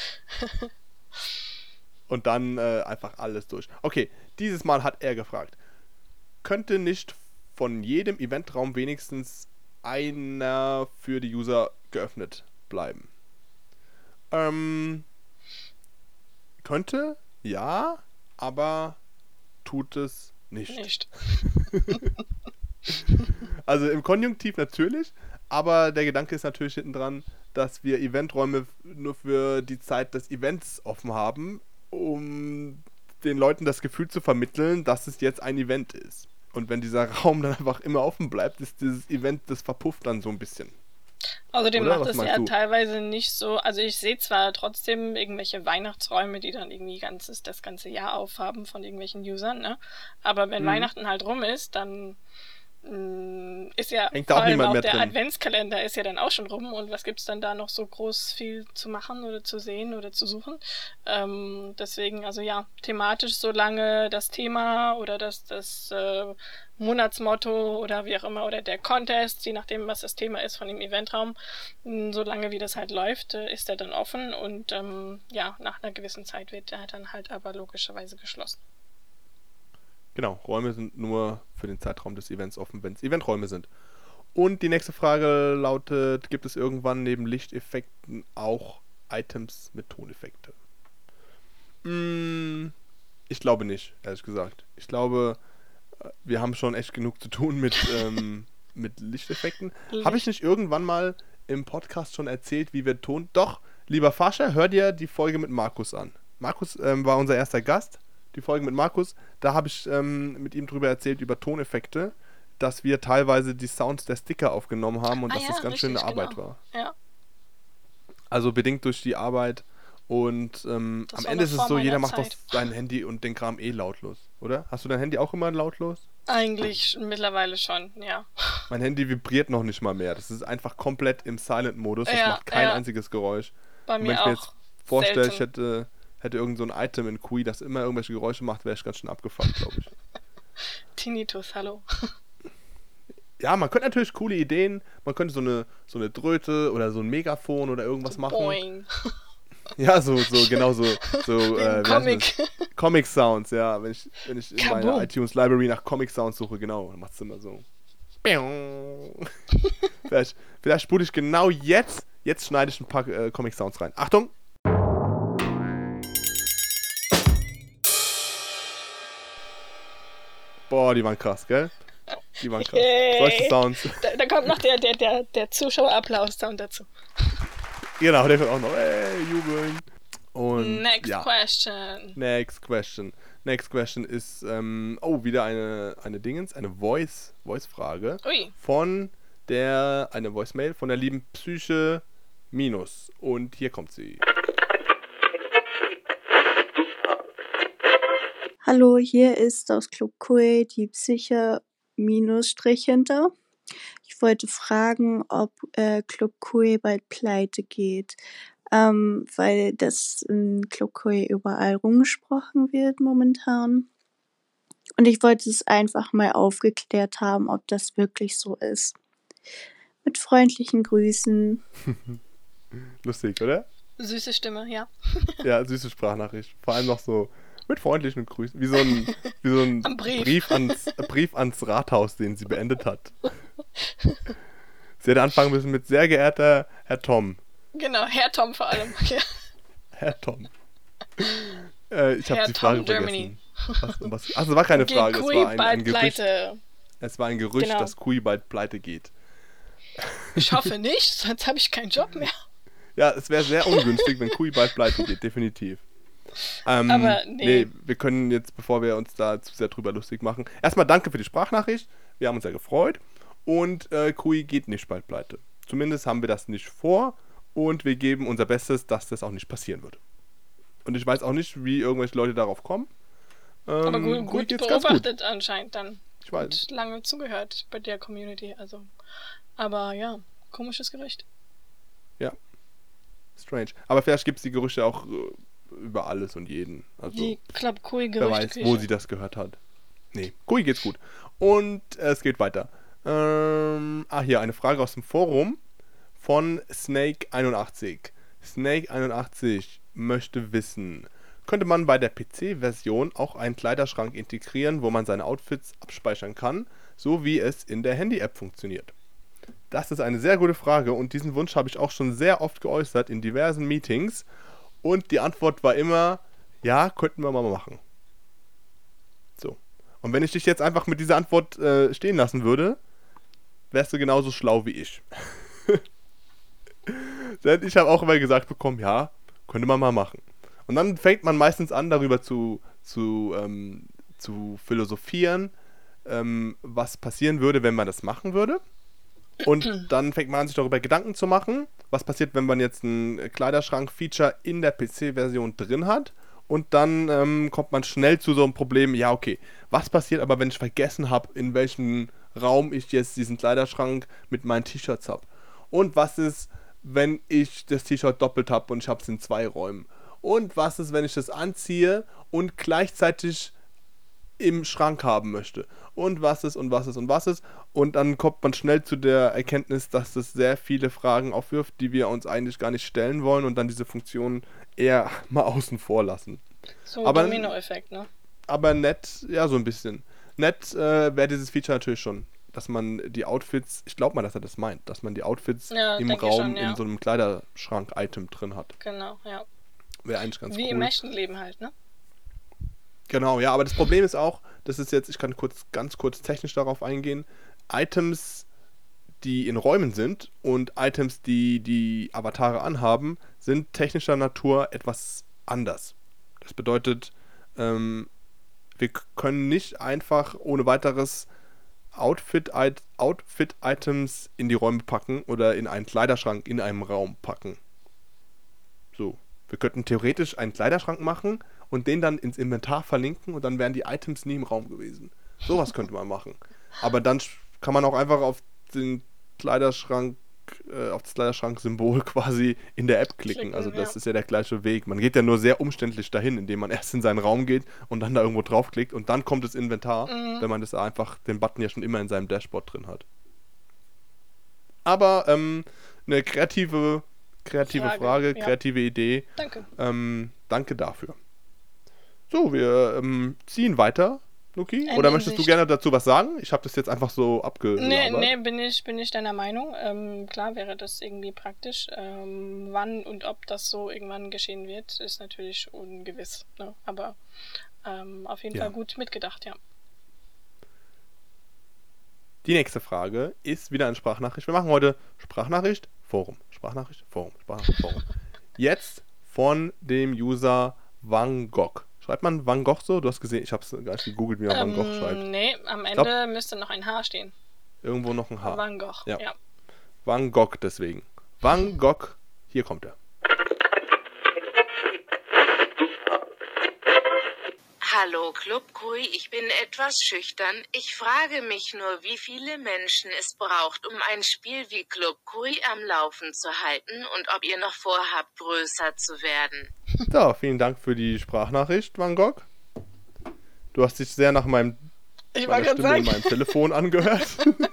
Und dann einfach alles durch. Okay, dieses Mal hat er gefragt, könnte nicht von jedem Eventraum wenigstens einer für die User geöffnet bleiben? Könnte, ja, aber tut es nicht. Also im Konjunktiv natürlich, aber der Gedanke ist natürlich hinten dran, dass wir Eventräume nur für die Zeit des Events offen haben, um den Leuten das Gefühl zu vermitteln, dass es jetzt ein Event ist. Und wenn dieser Raum dann einfach immer offen bleibt, ist dieses Event, das verpufft dann so ein bisschen.
Außerdem macht es ja teilweise nicht so, also ich sehe zwar trotzdem irgendwelche Weihnachtsräume, die dann irgendwie das ganze Jahr aufhaben von irgendwelchen Usern, ne? Aber wenn Weihnachten halt rum ist, dann ist ja
hängt
vor allem auch der
drin.
Adventskalender ist ja dann auch schon rum und was gibt's dann da noch so groß viel zu machen oder zu sehen oder zu suchen? Deswegen, also ja, thematisch, solange das Thema oder das Monatsmotto oder wie auch immer oder der Contest, je nachdem was das Thema ist von dem Eventraum, solange wie das halt läuft, ist der dann offen und nach einer gewissen Zeit wird der dann halt aber logischerweise geschlossen.
Genau, Räume sind nur für den Zeitraum des Events offen, wenn es Eventräume sind. Und die nächste Frage lautet, gibt es irgendwann neben Lichteffekten auch Items mit Toneffekte? Ich glaube nicht, ehrlich gesagt. Ich glaube, wir haben schon echt genug zu tun mit Lichteffekten. Habe ich nicht irgendwann mal im Podcast schon erzählt, wie wir Ton... Doch, lieber Farshare, hör dir die Folge mit Markus an. Markus war unser erster Gast. Die Folge mit Markus, da habe ich mit ihm drüber erzählt, über Toneffekte, dass wir teilweise die Sounds der Sticker aufgenommen haben und dass das ganz schön eine Arbeit war.
Ja.
Also bedingt durch die Arbeit und am Ende ist es so, jeder macht doch sein Handy und den Kram lautlos, oder? Hast du dein Handy auch immer lautlos?
Eigentlich mittlerweile schon, ja.
Mein Handy vibriert noch nicht mal mehr. Das ist einfach komplett im Silent-Modus. Das macht kein einziges Geräusch.
Bei mir
und wenn ich mir jetzt vorstelle, ich hätte irgend so ein Item in Kui, das immer irgendwelche Geräusche macht, wäre ich ganz schön abgefuckt, glaube ich.
Tinnitus, hallo.
Ja, man könnte natürlich coole Ideen, man könnte so eine Dröte oder so ein Megafon oder irgendwas machen.
Boing.
Ja, genau so
Comic.
Comic Sounds, ja. Wenn ich in meiner iTunes Library nach Comic Sounds suche, genau, dann macht es immer so. Vielleicht spule ich genau jetzt. Jetzt schneide ich ein paar Comic-Sounds rein. Achtung! Boah, die waren krass, gell? Die waren krass. Solche Sounds.
Da kommt noch der Zuschauerapplaus-Sound dazu.
Genau, der kommt auch noch. Jubeln. Und
Next
ja.
question.
Next question ist, wieder eine Dingens, eine Voice-Frage
Ui.
eine Voicemail von der lieben Psyche Minus. Und hier kommt sie.
Hallo, hier ist aus Club Kue die Psyche Minusstrich hinter. Ich wollte fragen, ob Club Kue bald pleite geht, weil das in Club Kue überall rumgesprochen wird momentan. Und ich wollte es einfach mal aufgeklärt haben, ob das wirklich so ist. Mit freundlichen Grüßen.
Lustig, oder?
Süße Stimme, ja.
Ja, süße Sprachnachricht. Vor allem noch so mit freundlichen Grüßen. Wie so ein Brief ans Rathaus, den sie beendet hat. Sie hätte anfangen müssen mit sehr geehrter Herr Tom.
Genau, Herr Tom vor allem. Ja.
Herr Tom. Ich habe die Frage
Tom Germany.
vergessen. Also war keine Frage, es war ein Gerücht.
Pleite.
Es war ein Gerücht,
Genau.
dass Kui bald pleite geht.
Ich hoffe nicht, sonst habe ich keinen Job mehr.
Ja, es wäre sehr ungünstig, wenn Kui bald pleite geht, definitiv.
Aber nee.
Wir können jetzt, bevor wir uns da zu sehr drüber lustig machen, erstmal danke für die Sprachnachricht. Wir haben uns sehr gefreut. Und Kui geht nicht bald pleite. Zumindest haben wir das nicht vor. Und wir geben unser Bestes, dass das auch nicht passieren wird. Und ich weiß auch nicht, wie irgendwelche Leute darauf kommen.
Aber
Kui
gut
geht's ganz gut.
beobachtet anscheinend dann.
Ich weiß.
Und lange zugehört bei der Community. Also. Aber ja, komisches Gerücht.
Ja. Strange. Aber vielleicht gibt es die Gerüchte auch über alles und jeden. Also,
Die Club Kui
wer weiß,
Gerüchte.
wo sie das gehört hat. Nee, Kui geht's gut. Und es geht weiter. Hier, eine Frage aus dem Forum von Snake81. Snake81 möchte wissen, könnte man bei der PC-Version auch einen Kleiderschrank integrieren, wo man seine Outfits abspeichern kann, so wie es in der Handy-App funktioniert? Das ist eine sehr gute Frage und diesen Wunsch habe ich auch schon sehr oft geäußert in diversen Meetings und die Antwort war immer, ja, könnten wir mal machen. So. Und wenn ich dich jetzt einfach mit dieser Antwort stehen lassen würde, wärst du genauso schlau wie ich. Denn ich habe auch immer gesagt bekommen, ja, könnte man mal machen. Und dann fängt man meistens an, darüber zu philosophieren, was passieren würde, wenn man das machen würde. Und dann fängt man an, sich darüber Gedanken zu machen, was passiert, wenn man jetzt ein Kleiderschrank-Feature in der PC-Version drin hat. Und dann kommt man schnell zu so einem Problem, ja okay, was passiert aber, wenn ich vergessen habe, in welchem Raum ich jetzt diesen Kleiderschrank mit meinen T-Shirts habe? Und was ist, wenn ich das T-Shirt doppelt habe und ich habe es in 2 Räumen? Und was ist, wenn ich das anziehe und gleichzeitig im Schrank haben möchte? Und was ist und was ist und was ist? Und dann kommt man schnell zu der Erkenntnis, dass das sehr viele Fragen aufwirft, die wir uns eigentlich gar nicht stellen wollen und dann diese Funktion eher mal außen vor lassen.
So ein
Aber-
Domino-Effekt, ne?
Aber nett, ja, so ein bisschen. Nett wäre dieses Feature natürlich schon, dass man die Outfits, ich glaube mal, dass er das meint, dass man die Outfits
Ja,
im
denke ich
Raum
schon, ja.
in so einem Kleiderschrank-Item drin hat.
Genau, ja.
Wäre eigentlich ganz
Wie
cool.
im echten Leben halt, ne?
Genau, ja, aber das Problem ist auch, das ist jetzt, ich kann ganz kurz technisch darauf eingehen, Items, die in Räumen sind und Items, die die Avatare anhaben, sind technischer Natur etwas anders. Das bedeutet, wir können nicht einfach ohne weiteres Outfit-Items in die Räume packen oder in einen Kleiderschrank in einem Raum packen. So. Wir könnten theoretisch einen Kleiderschrank machen und den dann ins Inventar verlinken und dann wären die Items nie im Raum gewesen. Sowas könnte man machen. Aber dann kann man auch einfach auf den Kleiderschrank, auf das Kleiderschrank-Symbol quasi in der App klicken. Also das ist ja der gleiche Weg. Man geht ja nur sehr umständlich dahin, indem man erst in seinen Raum geht und dann da irgendwo draufklickt und dann kommt das Inventar, wenn man das einfach, den Button ja schon immer in seinem Dashboard drin hat. Aber eine kreative Frage,
ja.
kreative Idee.
Danke.
Danke dafür. So, wir ziehen weiter Nuki?
In
Oder möchtest du
Hinsicht.
gerne dazu was sagen? Ich habe das jetzt einfach so abgelabert.
Nee, bin ich deiner Meinung. Klar wäre das irgendwie praktisch. Wann und ob das so irgendwann geschehen wird, ist natürlich ungewiss. Ne? Aber auf jeden
Ja.
Fall gut mitgedacht, ja.
Die nächste Frage ist wieder eine Sprachnachricht. Wir machen heute Sprachnachricht, Forum. Sprachnachricht, Forum. Sprachnachricht, Forum. Jetzt von dem User Van Gogh. Schreibt man Van Gogh so? Du hast gesehen, ich habe es gar nicht gegoogelt, wie man Van Gogh schreibt.
Nee, am
Ich glaub-
Ende müsste noch ein H stehen.
Irgendwo noch ein H.
Van Gogh,
Ja.
ja.
Van Gogh deswegen. Van Gogh, hier kommt er.
Hallo Clubkui, ich bin etwas schüchtern. Ich frage mich nur, wie viele Menschen es braucht, um ein Spiel wie Clubkui am Laufen zu halten und ob ihr noch vorhabt, größer zu werden.
So, vielen Dank für die Sprachnachricht, Van Gogh. Du hast dich sehr nach
Ich
meiner
wollte
Stimme
gerade
in
sagen,
meinem Telefon angehört.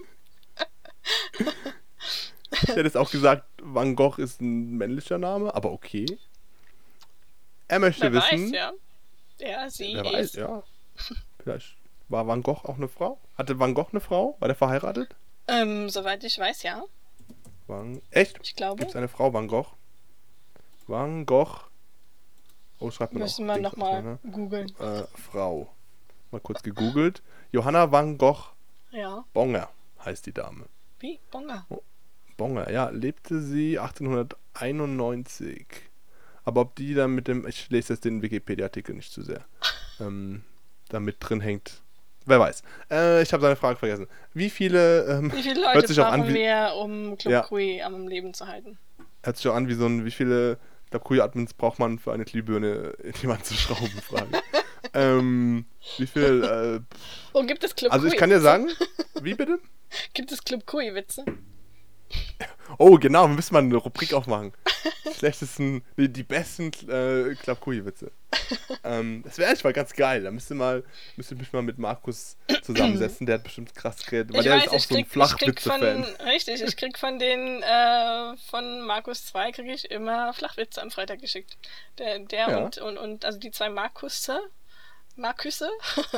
Ich hätte jetzt auch gesagt, Van Gogh ist ein männlicher Name, aber okay. Er möchte
wer
wissen,
weiß, ja. Ja, sie
wer
ist.
weiß, ja. Vielleicht war Van Gogh auch eine Frau? Hatte Van Gogh eine Frau? War der verheiratet?
Soweit ich weiß, ja.
Echt?
Ich glaube.
Gibt es eine Frau, Van Gogh? Van Gogh. Oh, schreibt man
Müssen
auch.
wir
Dings
nochmal
ne?
googeln.
Frau. Mal kurz gegoogelt. Johanna Van Gogh
Ja.
Bonger heißt die Dame.
Wie? Bonga.
Bonger, ja, lebte sie 1891. Aber ob die dann mit dem, ich lese jetzt den Wikipedia-Artikel nicht zu sehr, da mit drin hängt, wer weiß. Ich habe seine Frage vergessen. Wie viele,
Wie viele
hört
Leute
sich auch an
brauchen
wie,
wir, um Club
Ja.
Kui am Leben zu halten?
hört sich auch an wie so ein, wie viele Club-Admins braucht man für eine Glühbirne in die Wand zu schrauben, Frage. Wie viel,
Oh, gibt es Club
also
Kui?
ich kann dir sagen, wie bitte?
Gibt es Club Kui-Witze?
Oh, genau, wir müssen mal eine Rubrik aufmachen. Die besten Club-Kui-Witze. Das wäre eigentlich mal ganz geil. Da müsste ich mich mal mit Markus zusammensetzen. Der hat bestimmt krass geredet. Weil
Ich
der
weiß,
ist auch so ein Flachwitze-Fan.
Richtig, ich krieg von Markus 2 kriege ich immer Flachwitze am Freitag geschickt. Der
Ja.
und also die zwei Markusse, Markusse,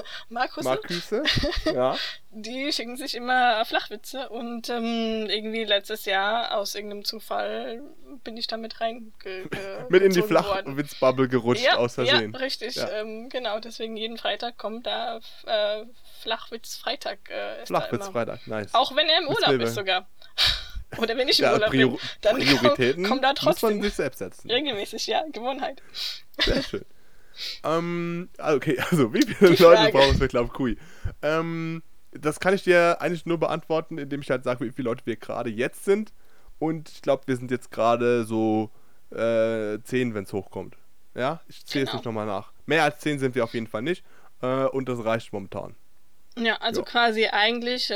Ja.
die schicken sich immer Flachwitze und irgendwie letztes Jahr aus irgendeinem Zufall bin ich da mit rein
Mit in die
gezogen worden.
Flachwitzbubble gerutscht aus Versehen.
Ja, richtig.
Ja.
Genau, deswegen jeden Freitag kommt da Flachwitz-Freitag.
Flachwitz-Freitag, nice.
Auch wenn er im
Jetzt
Urlaub
will wir-
ist sogar. Oder wenn ich im
Ja,
Urlaub bin, dann
Prioritäten
kommt da
muss man
trotzdem.
sich selbst setzen.
Regelmäßig, ja, Gewohnheit.
Sehr schön. Okay, also wie viele
Die
Leute
Frage.
brauchen es für Club Kui? Das kann ich dir eigentlich nur beantworten, indem ich halt sage, wie viele Leute wir gerade jetzt sind. Und ich glaube, wir sind jetzt gerade so 10, wenn es hochkommt. Ja, ich zähle es
Genau.
nicht nochmal nach. Mehr als 10 sind wir auf jeden Fall nicht. Und das reicht momentan.
Ja, also
Ja.
quasi eigentlich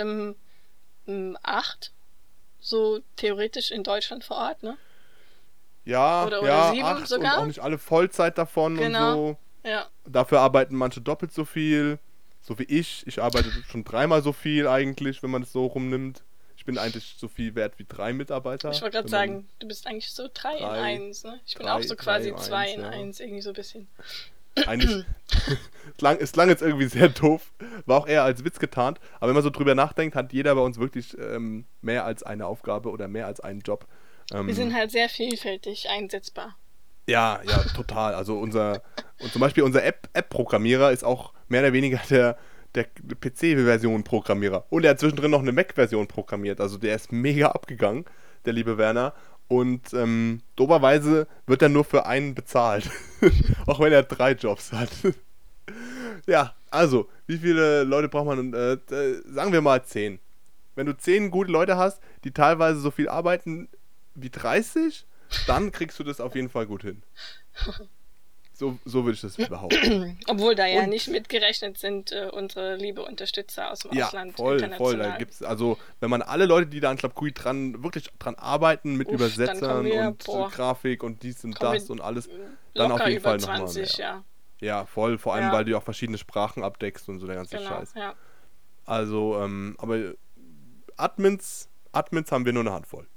8, so theoretisch in Deutschland vor Ort, ne?
Ja,
Oder
ja,
7
8
sogar.
und auch nicht alle Vollzeit davon
Genau.
und so.
Ja,
Dafür arbeiten manche doppelt so viel, so wie ich. Ich arbeite schon 3-mal so viel eigentlich, wenn man es so rumnimmt. Ich bin eigentlich so viel wert wie 3 Mitarbeiter.
ich wollte gerade
wenn man-
sagen, du bist eigentlich so 3 in
Drei-
1, ne? Ich bin
drei-
auch so quasi
drei in
2
eins,
in
ja.
1, irgendwie so ein bisschen.
Eigentlich es klang jetzt irgendwie sehr doof, war auch eher als Witz getarnt, aber wenn man so drüber nachdenkt, hat jeder bei uns wirklich mehr als eine Aufgabe oder mehr als einen Job.
Wir sind halt sehr vielfältig einsetzbar.
Ja, total. Also und zum Beispiel unser App-Programmierer ist auch mehr oder weniger der PC-Version-Programmierer. Und er hat zwischendrin noch eine Mac-Version programmiert. Also der ist mega abgegangen, der liebe Werner. Und doberweise wird er nur für einen bezahlt. Auch wenn er 3 Jobs hat. Ja, also, wie viele Leute braucht man? Sagen wir mal 10. Wenn du 10 gute Leute hast, die teilweise so viel arbeiten wie 30, dann kriegst du das auf jeden Fall gut hin. So würde ich das behaupten.
Obwohl da ja
Und-
nicht mitgerechnet sind unsere liebe Unterstützer aus dem
Ja,
Ausland.
voll. Da
international.
gibt's, also, wenn man alle Leute, die da an Club Kui wirklich dran arbeiten, mit
Uff, dann
Übersetzern
kommen wir,
und
boah.
Grafik und dies und
Kommen
das
wir
und alles, dann
Locker
auf jeden
über
Fall nochmal
20,
mehr.
ja.
Ja, voll. Vor allem,
Ja.
weil du auch verschiedene Sprachen abdeckst und so der ganze
Genau,
Scheiß.
ja.
Also, aber Admins haben wir nur eine Handvoll.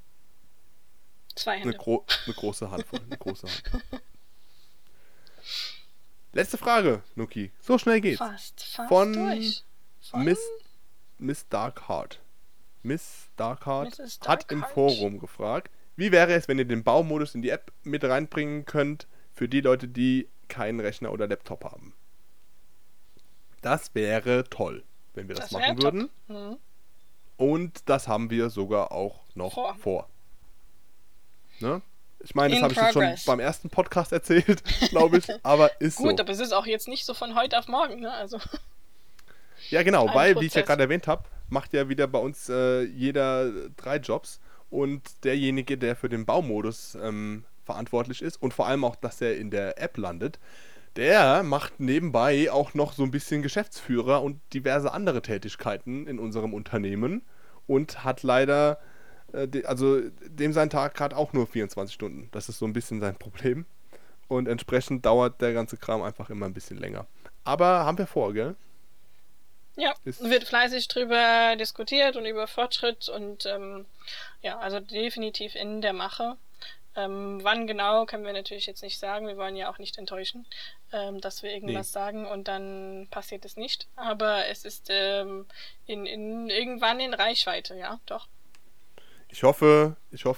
2 Hände.
Eine große Handvoll. Eine große Handvoll. Letzte Frage, Nuki. So schnell geht's.
Fast
Von
durch. Von
Miss Darkheart. Miss Darkheart
Mrs.
hat im
Darkheart.
Forum gefragt, wie wäre es, wenn ihr den Baumodus in die App mit reinbringen könnt für die Leute, die keinen Rechner oder Laptop haben. Das wäre toll, wenn wir das
wär
machen
top.
würden.
Mhm.
Und das haben wir sogar auch noch vor. Ne? Ich meine, das
In
habe ich jetzt schon
progress.
beim ersten Podcast erzählt, glaube ich, aber ist
Gut,
so.
aber es ist auch jetzt nicht so von heute auf morgen, ne? Also
Ja, genau,
ein
weil, wie ich ja
Prozess.
gerade erwähnt habe, macht ja wieder bei uns jeder 3 Jobs und derjenige, der für den Baumodus verantwortlich ist und vor allem auch, dass er in der App landet, der macht nebenbei auch noch so ein bisschen Geschäftsführer und diverse andere Tätigkeiten in unserem Unternehmen und hat leider, also dem sein Tag hat auch nur 24 Stunden. Das ist so ein bisschen sein Problem und entsprechend dauert der ganze Kram einfach immer ein bisschen länger. Aber haben wir vor, gell?
ja,
Ist-
wird fleißig drüber diskutiert und über Fortschritt und ja, also definitiv in der Mache. Wann genau, können wir natürlich jetzt nicht sagen. Wir wollen ja auch nicht enttäuschen, dass wir irgendwas sagen und dann passiert es nicht. Aber es ist irgendwann in Reichweite, ja, doch.
Ich hoffe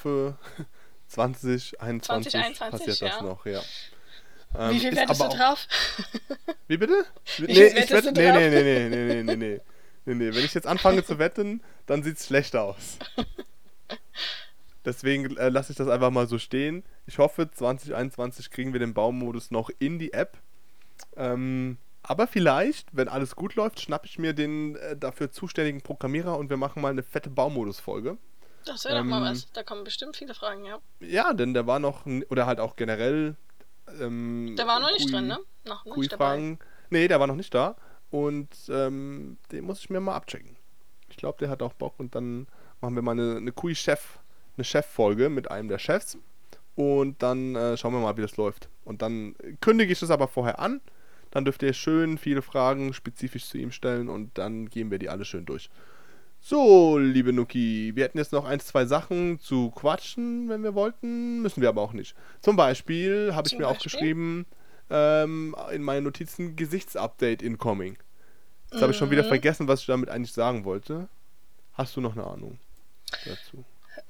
2021
2021,
passiert das
ja.
noch, ja.
Wie viel
ist
wettest du
aber auch-
drauf?
Wie bitte?
viel wettest du drauf?
Nee. Wenn ich jetzt anfange zu wetten, dann sieht's schlecht aus. Deswegen lasse ich das einfach mal so stehen. Ich hoffe, 2021 kriegen wir den Baumodus noch in die App. Aber vielleicht, wenn alles gut läuft, schnappe ich mir den dafür zuständigen Programmierer und wir machen mal eine fette Baumodus-Folge.
Das wäre doch mal was. Da kommen bestimmt viele Fragen, ja.
Ja, denn der war noch, oder halt auch generell.
Der war noch nicht drin, ne? Noch nicht dabei.
Kui-Fragen. Nee, der war noch nicht da. Und den muss ich mir mal abchecken. Ich glaube, der hat auch Bock und dann machen wir mal eine Chef-Folge mit einem der Chefs. Und dann schauen wir mal, wie das läuft. Und dann kündige ich das aber vorher an. Dann dürft ihr schön viele Fragen spezifisch zu ihm stellen und dann gehen wir die alle schön durch. So, liebe Nuki, wir hätten jetzt noch 1, 2 Sachen zu quatschen, wenn wir wollten. Müssen wir aber auch nicht. Zum Beispiel habe ich
Zum
mir
Beispiel?
aufgeschrieben, in meinen Notizen Gesichtsupdate incoming. Jetzt habe ich schon wieder vergessen, was ich damit eigentlich sagen wollte. Hast du noch eine Ahnung dazu?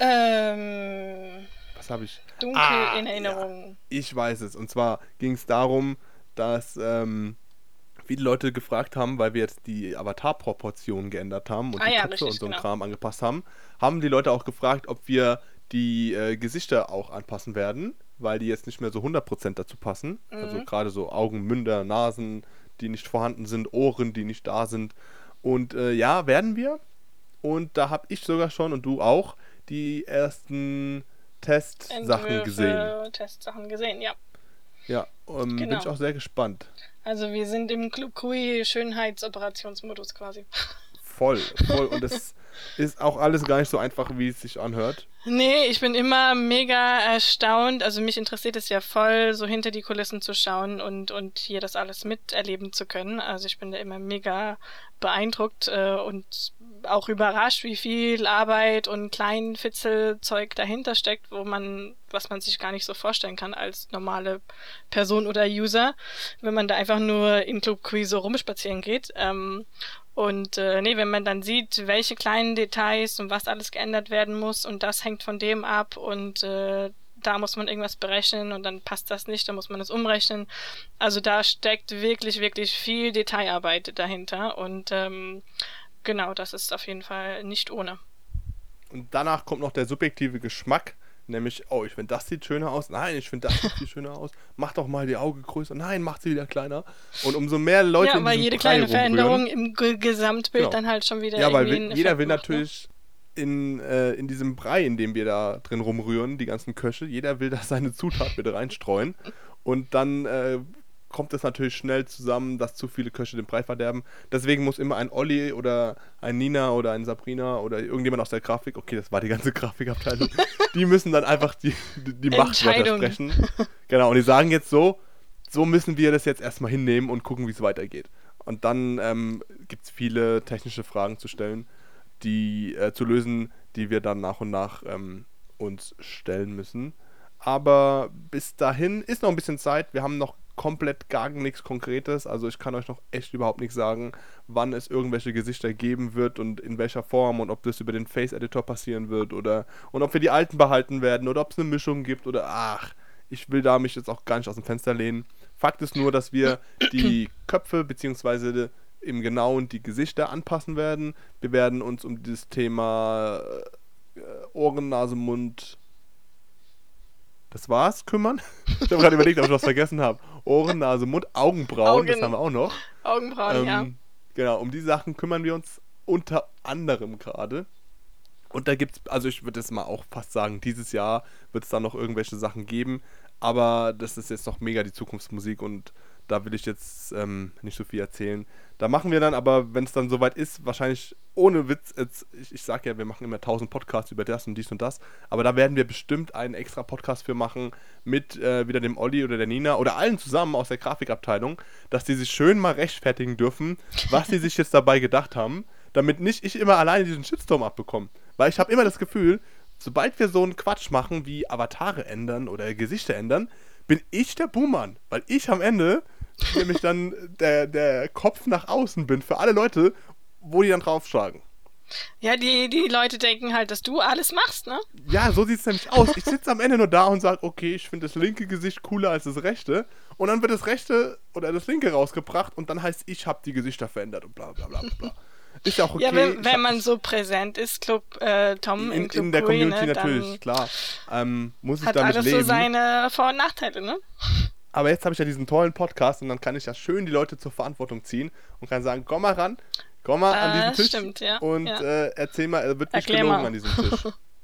Was habe ich?
Dunkel in Erinnerung.
Ja, ich weiß es. Und zwar ging es darum, dass viele Leute gefragt haben, weil wir jetzt die Avatar-Proportionen geändert haben und die
ja,
Köpfe
richtig,
und so einen
genau.
Kram angepasst haben, haben die Leute auch gefragt, ob wir die Gesichter auch anpassen werden, weil die jetzt nicht mehr so 100% dazu passen. Also gerade so Augen, Münder, Nasen, die nicht vorhanden sind, Ohren, die nicht da sind. Und ja, werden wir. Und da habe ich sogar schon und du auch die ersten Testsachen gesehen.
Testsachen gesehen, ja.
Ja, bin
Genau.
ich auch sehr gespannt.
Also wir sind im Club Kui Schönheitsoperationsmodus quasi.
Voll. Und es ist auch alles gar nicht so einfach, wie es sich anhört.
Nee, ich bin immer mega erstaunt. Also mich interessiert es ja voll, so hinter die Kulissen zu schauen und hier das alles miterleben zu können. Also ich bin da immer mega beeindruckt und auch überrascht, wie viel Arbeit und klein Fitzelzeug dahinter steckt, was man sich gar nicht so vorstellen kann als normale Person oder User, wenn man da einfach nur in Club Kui so rumspazieren geht. Wenn man dann sieht, welche kleinen Details und was alles geändert werden muss und das hängt von dem ab und da muss man irgendwas berechnen und dann passt das nicht, dann muss man es umrechnen. Also da steckt wirklich, wirklich viel Detailarbeit dahinter und genau, das ist auf jeden Fall nicht ohne.
Und danach kommt noch der subjektive Geschmack, nämlich, oh, ich finde, das sieht schöner aus. Nein, ich finde, das sieht viel schöner aus. Mach doch mal die Augen größer. Nein, macht sie wieder kleiner. Und umso mehr Leute
Ja,
in
weil
diesem
jede
Brei
kleine
rumrühren,
Veränderung im Gesamtbild
Genau.
dann halt schon wieder
ja, weil
irgendwie einen
jeder
Effekt
will
macht, ne?
natürlich in diesem Brei, in dem wir da drin rumrühren, die ganzen Köche, jeder will da seine Zutat mit reinstreuen. Und dann kommt es natürlich schnell zusammen, dass zu viele Köche den Brei verderben. Deswegen muss immer ein Olli oder ein Nina oder ein Sabrina oder irgendjemand aus der Grafik, okay, das war die ganze Grafikabteilung, die müssen dann einfach die Machtwörter
Entscheidung.
sprechen. Genau, und die sagen jetzt so müssen wir das jetzt erstmal hinnehmen und gucken, wie es weitergeht. Und dann gibt es viele technische Fragen zu stellen, die zu lösen, die wir dann nach und nach uns stellen müssen. Aber bis dahin ist noch ein bisschen Zeit. Wir haben noch komplett gar nichts Konkretes. Also ich kann euch noch echt überhaupt nichts sagen, wann es irgendwelche Gesichter geben wird und in welcher Form und ob das über den Face-Editor passieren wird und ob wir die alten behalten werden oder ob es eine Mischung gibt oder ich will da mich jetzt auch gar nicht aus dem Fenster lehnen. Fakt ist nur, dass wir die Köpfe bzw. im Genauen die Gesichter anpassen werden. Wir werden uns um dieses Thema Ohren, Nase, Mund, das war's, kümmern. Ich habe gerade überlegt, ob ich was vergessen habe. Ohren, Nase, Mund, Augenbrauen, das haben wir auch noch.
Augenbrauen, ja.
Genau, um die Sachen kümmern wir uns unter anderem gerade. Und da gibt's, also ich würde jetzt mal auch fast sagen, dieses Jahr wird es da noch irgendwelche Sachen geben, aber das ist jetzt noch mega die Zukunftsmusik und da will ich jetzt nicht so viel erzählen. Da machen wir dann, aber wenn es dann soweit ist, wahrscheinlich ohne Witz, ich sag ja, wir machen immer 1000 Podcasts über das und dies und das, aber da werden wir bestimmt einen extra Podcast für machen mit wieder dem Olli oder der Nina oder allen zusammen aus der Grafikabteilung, dass die sich schön mal rechtfertigen dürfen, was sie sich jetzt dabei gedacht haben, damit nicht ich immer alleine diesen Shitstorm abbekomme. Weil ich habe immer das Gefühl, sobald wir so einen Quatsch machen wie Avatare ändern oder Gesichter ändern, bin ich der Buhmann, weil ich am Ende nämlich dann der Kopf nach außen bin für alle Leute, wo die dann draufschlagen.
Ja, die Leute denken halt, dass du alles machst, ne?
Ja, so sieht es nämlich aus. Ich sitze am Ende nur da und sage, okay, ich finde das linke Gesicht cooler als das rechte. Und dann wird das rechte oder das linke rausgebracht und dann heißt, ich habe die Gesichter verändert und bla bla bla bla. Ist ja auch okay.
Ja, wenn man so präsent ist, Tom im Club
in der
Kui,
Community
ne,
natürlich, klar. Muss ich
hat
damit
alles
leben.
so seine Vor- und Nachteile, ne?
Aber jetzt habe ich ja diesen tollen Podcast und dann kann ich ja schön die Leute zur Verantwortung ziehen und kann sagen, komm mal ran, komm mal an diesen Tisch
stimmt, ja,
und
ja.
Erzähl mal, wird nicht
Erklär
gelogen
mal.
an diesem Tisch.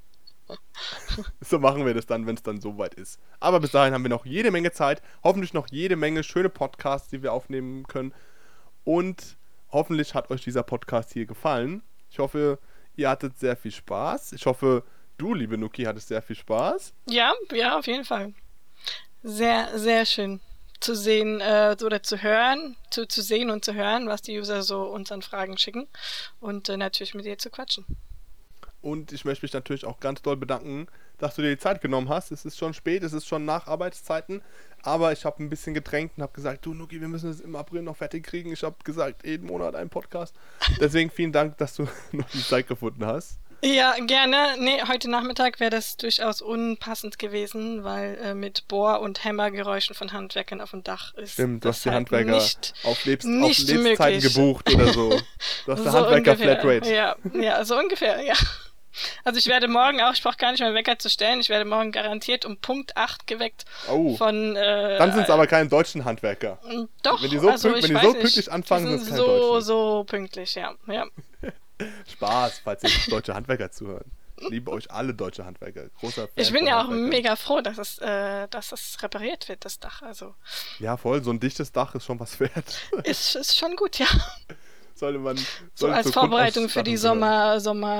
So machen wir das dann, wenn es dann soweit ist. Aber bis dahin haben wir noch jede Menge Zeit, hoffentlich noch jede Menge schöne Podcasts, die wir aufnehmen können und hoffentlich hat euch dieser Podcast hier gefallen. Ich hoffe, ihr hattet sehr viel Spaß. Ich hoffe, du, liebe Nuki, hattest sehr viel Spaß.
Ja, auf jeden Fall. Sehr, sehr schön zu sehen oder zu hören, zu sehen und zu hören, was die User so uns an Fragen schicken und natürlich mit dir zu quatschen.
Und ich möchte mich natürlich auch ganz doll bedanken, dass du dir die Zeit genommen hast. Es ist schon spät, es ist schon nach Arbeitszeiten, aber ich habe ein bisschen gedrängt und habe gesagt, du Nuki, wir müssen es im April noch fertig kriegen. Ich habe gesagt, jeden Monat einen Podcast. Deswegen vielen Dank, dass du noch die Zeit gefunden hast.
Ja, gerne. Nee, heute Nachmittag wäre das durchaus unpassend gewesen, weil mit Bohr- und Hämmergeräuschen von Handwerkern auf dem Dach ist.
Stimmt, du hast die
halt
Handwerker auf Lebzeiten
möglich.
gebucht oder so. Du hast
So
eine
ungefähr,
Handwerker-Flatrate.
ja, so ungefähr, ja. Also ich werde morgen auch, ich brauche gar nicht meinen Wecker zu stellen, ich werde morgen garantiert um Punkt 8 geweckt von...
Dann sind es aber keine deutschen Handwerker.
Doch,
wenn die so,
also
wenn die so pünktlich anfangen, sind es keine Deutschen.
So pünktlich, ja.
Spaß, falls ihr deutsche Handwerker zuhören. Ich liebe euch alle deutsche Handwerker. Großer Fan
Ich bin
von
ja auch
Handwerkern.
Mega froh, dass es repariert wird, das Dach. Also
Ja, voll, so ein dichtes Dach ist schon was wert.
ist schon gut, ja.
Sollte man
So als
zur
Vorbereitung für die
Grundausstattung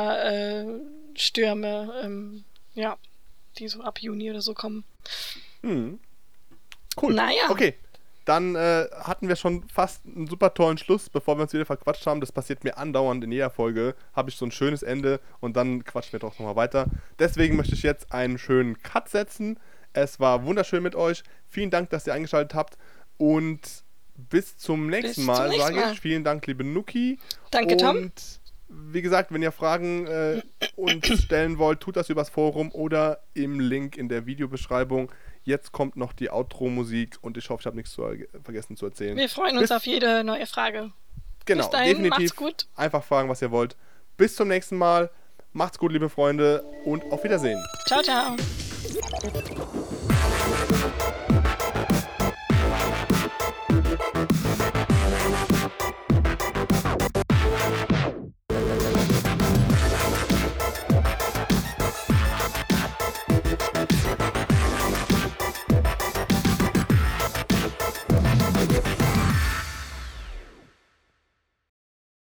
Sommerstürme, die so ab Juni oder so kommen.
gehören. Cool.
Naja.
Okay, dann hatten wir schon fast einen super tollen Schluss, bevor wir uns wieder verquatscht haben. Das passiert mir andauernd in jeder Folge. Habe ich so ein schönes Ende und dann quatschen wir doch nochmal weiter. Deswegen möchte ich jetzt einen schönen Cut setzen. Es war wunderschön mit euch. Vielen Dank, dass ihr eingeschaltet habt und bis zum nächsten Mal, sage ich. Vielen Dank, liebe Nuki.
Danke, Tom.
Und wie gesagt, wenn ihr Fragen uns stellen wollt, tut das übers Forum oder im Link in der Videobeschreibung. Jetzt kommt noch die Outro-Musik und ich hoffe, ich habe nichts vergessen zu erzählen.
Wir freuen uns auf jede neue Frage.
Genau,
Bis dahin,
definitiv.
macht's gut.
Einfach fragen, was ihr wollt. Bis zum nächsten Mal. Macht's gut, liebe Freunde und auf Wiedersehen.
Ciao, ciao.